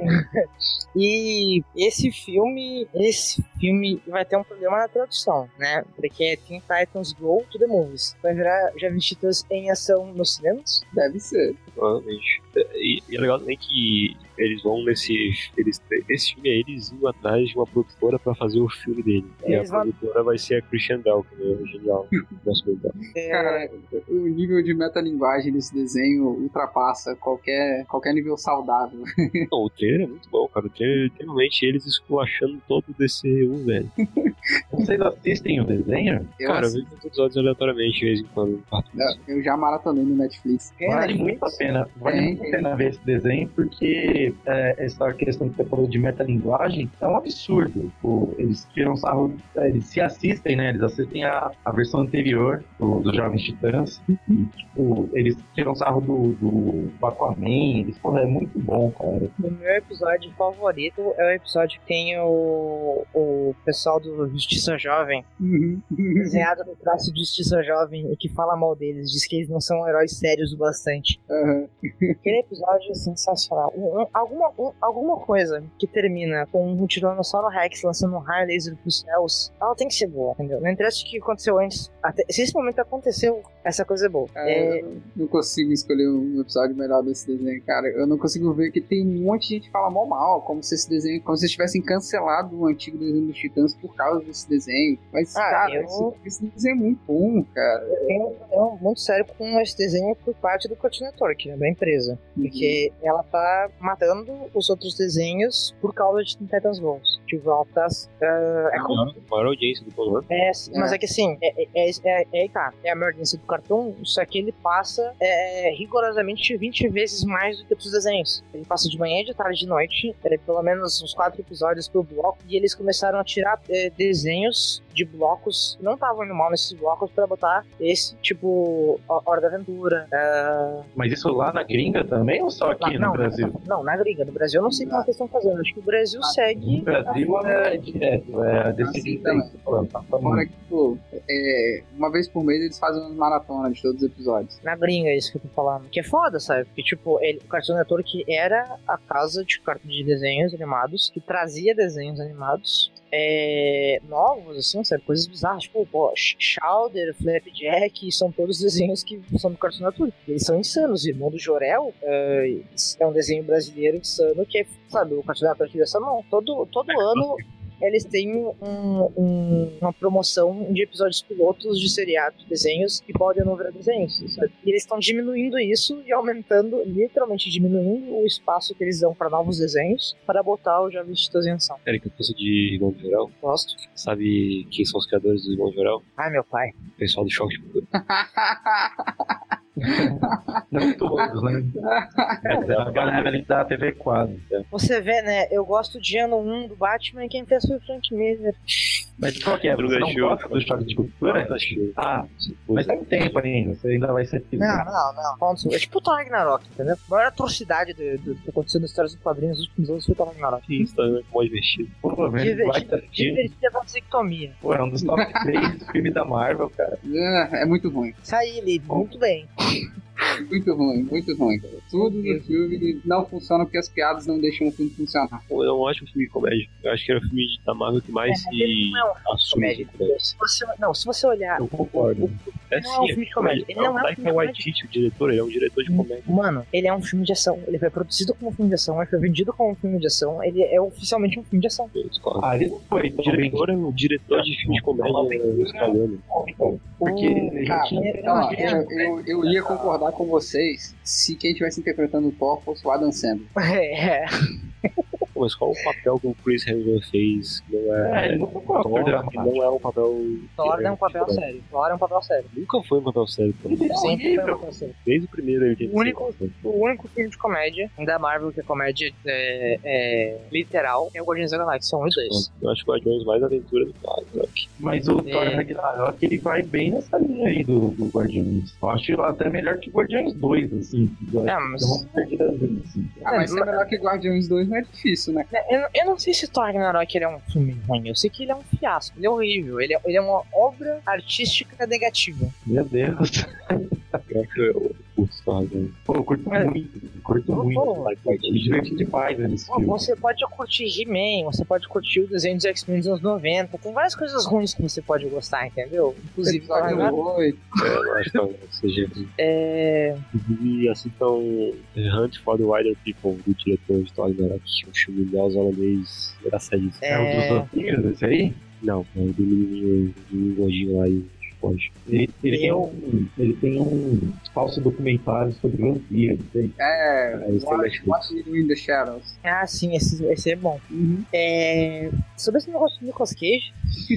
e esse filme, esse filme vai ter um problema na tradução, né? Porque é Teen Titans Go to the Movies. Vai virar Jovens Titãs em Ação nos cinemas? Deve ser. Provavelmente. E, e é legal também que eles vão nesse. Eles, esse filme é eles indo atrás de uma produtora pra fazer o filme dele. Eles e a vão... produtora vai ser a Christian Bale, que é genial. É... Cara, o nível de metalinguagem desse desenho ultrapassa qualquer, qualquer nível saudável. Não, o trailer é muito bom, cara. O trailer, literalmente, eles esculachando todo o D C U, velho. Vocês assistem o desenho? Eu cara, assisto. Eu vejo os episódios aleatoriamente, de vez em quando. Eu, eu já maratonei no Netflix. Vale muito a pena. Vale é, muito a pena ver esse desenho, porque é, essa questão que você falou de metalinguagem é um absurdo. Tipo, eles tiram sarro, eles se assistem, né? Eles assistem a, a versão anterior do, do Jovens Titãs. E, tipo, eles tiram sarro do, do, do Aquaman. Eles, pô, é muito bom, cara. O meu episódio favorito é o episódio que tem o, o pessoal do Justiça Jovem desenhado no traço de Justiça Jovem e que fala mal deles, diz que eles não são heróis sérios o bastante. Uhum. Aquele episódio é sensacional. Um, um, alguma, um, alguma coisa que termina com um Tiranossauro Rex lançando um raio laser pros céus, ela tem que ser boa, entendeu? Não interessa o que aconteceu antes. Até, se esse momento aconteceu, essa coisa é boa. É, é... Eu não consigo escolher um episódio melhor desse desenho, cara. Eu não consigo ver que tem um monte de gente que fala mal mal, como se esse desenho, como se eles tivessem cancelado o antigo desenho dos Titãs por causa desse desenho. Mas, ah, cara, eu... esse, esse desenho é muito bom, cara. Eu tenho um problema muito sério com esse desenho por parte do Cartoon Network, né, da empresa. Uhum. Porque ela tá matando os outros desenhos por causa de Teen Titans Go. Tipo, ela tá... Uh, é como... a maior audiência do programa. É, mas é, é que assim, é, é, é, é, tá, é a maior audiência do Cartoon, só que ele passa é, rigorosamente vinte vezes mais do que outros desenhos. Ele passa de manhã, de tarde, de noite, é, pelo menos uns quatro episódios por bloco, e eles começaram a tirar é, desenhos de blocos que não estavam indo mal nesses blocos pra botar esse, tipo, Hora da Aventura. Uh... Mas isso lá na gringa também ou só aqui lá, no não, Brasil? Não, na gringa. No Brasil eu não sei como eles estão fazendo. Acho que o Brasil ah, segue... No Brasil a... é direto, é decidido. Fora que, pô, é, uma vez por mês eles fazem uma maratona de todos os episódios. Na gringa é isso que eu tô falando. Que é foda, sabe? Porque, tipo, ele, o Cartoon Network era a casa de, de desenhos animados, que trazia desenhos animados É, novos, assim, sabe? Coisas bizarras, tipo, pô, Chowder, Flapjack, são todos desenhos que são do Cartoon Network. Eles são insanos. O Irmão do Jorel é, é um desenho brasileiro insano que é, sabe, o Cartoon Network dessa mão. Todo, todo ano eles têm um, um, uma promoção de episódios pilotos de seriados, de desenhos que podem não virar desenhos, sabe? E eles estão diminuindo isso e aumentando, literalmente diminuindo o espaço que eles dão para novos desenhos para botar o Jovens Titãs em ação. Eric, você de Irmão de Jorel? Gosto. Sabe quem são os criadores do Irmão de Jorel? Ai, meu pai. O pessoal do Choque de Cultura. Não todos, né? É a galera ali da T V quadro. Você vê, né? Eu gosto de ano um do Batman e quem fez foi o Frank Miller. Mas qual que é? Você não gosta do Choque de Cultura? Ah, mas tem tempo ainda. Você ainda vai ser filho. Não, não, não. É tipo o Thor Ragnarok, entendeu? A maior atrocidade do, do, do que aconteceu nas histórias dos quadrinhos nos últimos anos foi o Thor Ragnarok. Que isso, tá mais divertido. Pô, velho, vai tá divertido é vasectomia. Pô, é um dos top três filmes da Marvel, cara. É, é muito ruim. Isso aí, Lib, muito bem. Muito ruim, muito ruim. Tudo no filme não funciona porque as piadas não deixam o filme funcionar. Pô, é um ótimo filme de comédia. Eu acho que era o filme da Marvel que mais É, se ele não é um assume. comédia. Se você, não, se você olhar. Eu concordo. É não é um filme de comédia. Ele não é um Taika filme de comédia. Waititi, o diretor, ele é um diretor de comédia. Mano, ele é um filme de ação. Ele foi produzido como um filme de ação, ele foi vendido como um filme de ação. Ele é oficialmente um filme de ação. Eu discordo. Ah, ele não foi O tão diretor é um diretor de filme de comédia australiano. Porque ele já Cara, tinha... ó, eu, eu, eu ia concordar com vocês se quem estivesse interpretando o Thor fosse o Adam Sandler. É. Pô, mas qual o papel que o Chris Hemsworth fez? Não É, é... ele não foi um Thor, ator dramático. não é um papel... Thor é um papel sério. Thor é um papel sério. Nunca foi um papel sério. Pô. Ele é Sempre foi um horrível. papel sério. Desde o primeiro ele teve O único- que ser. O único filme de comédia da Marvel que é comédia é, é, literal é o Guardiões da Galáxia um e dois. Eu acho que o Guardiões mais aventura do que o Ragnarok. Mas o É. Thor Ragnarok, ele vai bem nessa linha aí do, do Guardiões. Eu acho até melhor que Guardiões dois, assim. É, mas- Deu uma perdida, assim. Ah, mas ser melhor que Guardiões dois não é difícil, né? Eu, não- eu não sei se Thor Ragnarok ele é um filme ruim, eu sei que ele é um fiasco, ele é horrível, ele é, ele é uma obra artística negativa. Meu Deus. Eu, eu curto Thor Ragnarok. Pô, eu curto É. muito. Eu curto Pô, muito. pô. Me diverti demais nesse Pô, filme. você pode curtir He-Man, você pode curtir o desenho dos X-Men dos anos noventa, tem várias coisas ruins que você pode gostar, entendeu? Inclusive Thor Episódio Ragnarok. oito. É, eu não acho que Ragnarok seja ruim. É... Inclusive, assistam Hunt for the Wilder People, do diretor de Thor Ragnarok, um filme neozelandês engraçadíssimo. É o dos vampiros, esse aí? Não, é o do menininho, do menino gordinho lá e o foge. Ele, ele, tem um, ele tem um falso documentário sobre vampiro, não tem? É, É, esse tem What, Netflix. What We Do in the Shadows. Ah, sim, esse, esse é bom. Uhum. É... Sobre esse negócio do Nicolas Cage,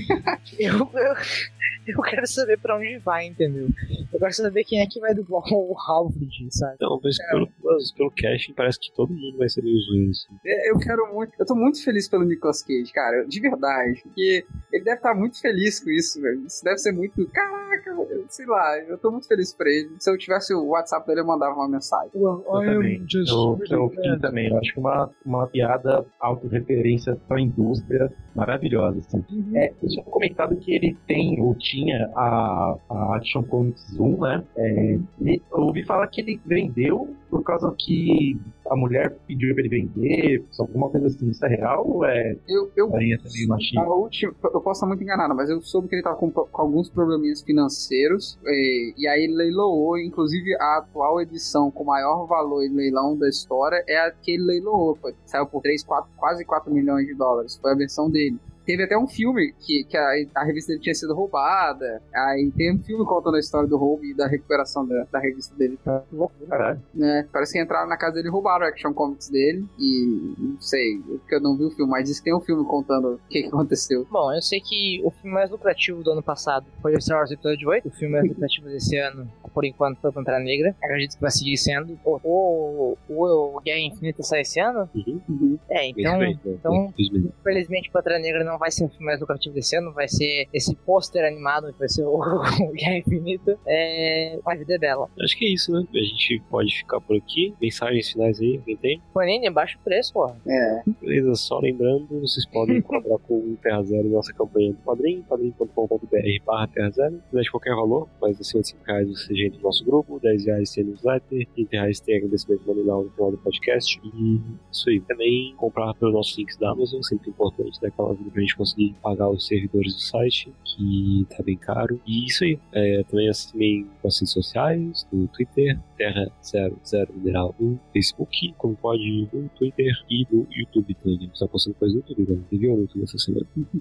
eu, eu, eu quero saber pra onde vai, entendeu? Eu quero saber quem é que vai dublar o Alfred, sabe? Não, mas pelo, mas pelo casting parece que todo mundo vai ser meio zoeiro, assim. É, Eu quero muito. Eu tô muito feliz pelo Nicolas Cage, cara. De verdade. Porque ele deve estar muito feliz com isso, velho. Isso deve ser muito. Caraca, velho, sei lá. Eu tô muito feliz por ele. Se eu tivesse o WhatsApp dele, eu mandava uma mensagem. Eu também. Eu, eu fiquei também. Eu acho que uma, uma piada autorreferência pra indústria maravilhosa, assim. É, eu tinha comentado que ele tem, ou tinha, a, a Action Comics um, né? É, e eu ouvi falar que ele vendeu por causa que a mulher pediu pra ele vender, alguma coisa assim. Isso é real ou é Eu, eu, farinha também machismo? a última, eu posso estar muito enganado, mas eu soube que ele tava com, com alguns probleminhas financeiros. E, e aí ele leiloou, inclusive a atual edição com maior valor em leilão da história é a que ele leiloou. Pô. Saiu por três, quatro, quase quatro milhões de dólares. Foi a versão dele. Teve até um filme que, que a, a revista dele tinha sido roubada. Aí tem um filme contando a história do roubo e da recuperação da, da revista dele. Caralho. Né? Parece que entraram na casa dele e roubaram o Action Comics dele. E não sei, porque eu não vi o filme, mas disse que tem um filme contando o que, que aconteceu. Bom, eu sei que o filme mais lucrativo do ano passado foi o Star Wars Episódio oito. O filme mais lucrativo desse ano, por enquanto, foi o Pantera Negra. Acredito que vai seguir sendo. O, o, o Guerra Infinita sai esse ano? Uhum. É, então, Mês que vem, né? então Mês que vem. infelizmente, Pantera Negra não vai ser o filme mais lucrativo desse ano. Vai ser esse pôster animado que vai ser o, o Guerra Infinita. É, a vida é bela. Acho que é isso, né? A gente pode ficar por aqui. Mensagens finais aí, alguém tem? Panini, baixa o preço, porra. É. Beleza, só lembrando, vocês podem colaborar com o Terra Zero, nossa campanha do Padrim, padrim ponto com ponto b r barra Terra Zero. Se quiser de qualquer valor, mas acima de cinco reais você entra no nosso grupo, dez reais tem newsletter, trinta reais tem agradecimento nominal no final do podcast. E isso aí. Também comprar pelos nossos links da Amazon, sempre importante, dar aquela ajuda pra gente conseguir pagar os servidores do site, que tá bem caro. E isso aí. É, também assinem nossas redes sociais, no Twitter, Terra Zero Zero Mineral, no Facebook, como pode no Twitter e no YouTube também. A gente tá postando coisa no YouTube, né? Você viu no YouTube essa semana?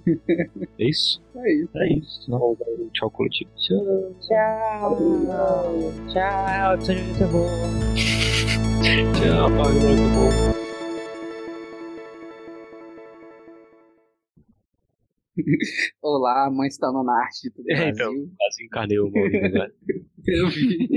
É isso? É isso. É isso. Não. Vamos dar um tchau coletivo. Tchau. Tchau. Tchau. Episódio de terror. Tchau, Paulo. Muito bom. Olá, mãe está na arte de todo o É, Brasil. então, quase encarnei o Maurício agora. Eu vi.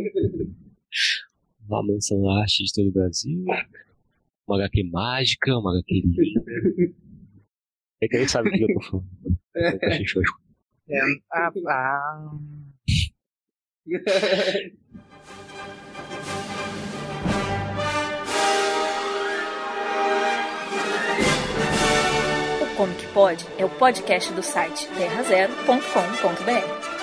Uma mansão na arte de todo o Brasil. Uma agá quê mágica, uma agá quê livre. É que a gente sabe o que eu tô falando. Eu tô achei show. É, ah, ah. O Como Que Pode é o podcast do site terra zero ponto com ponto b r.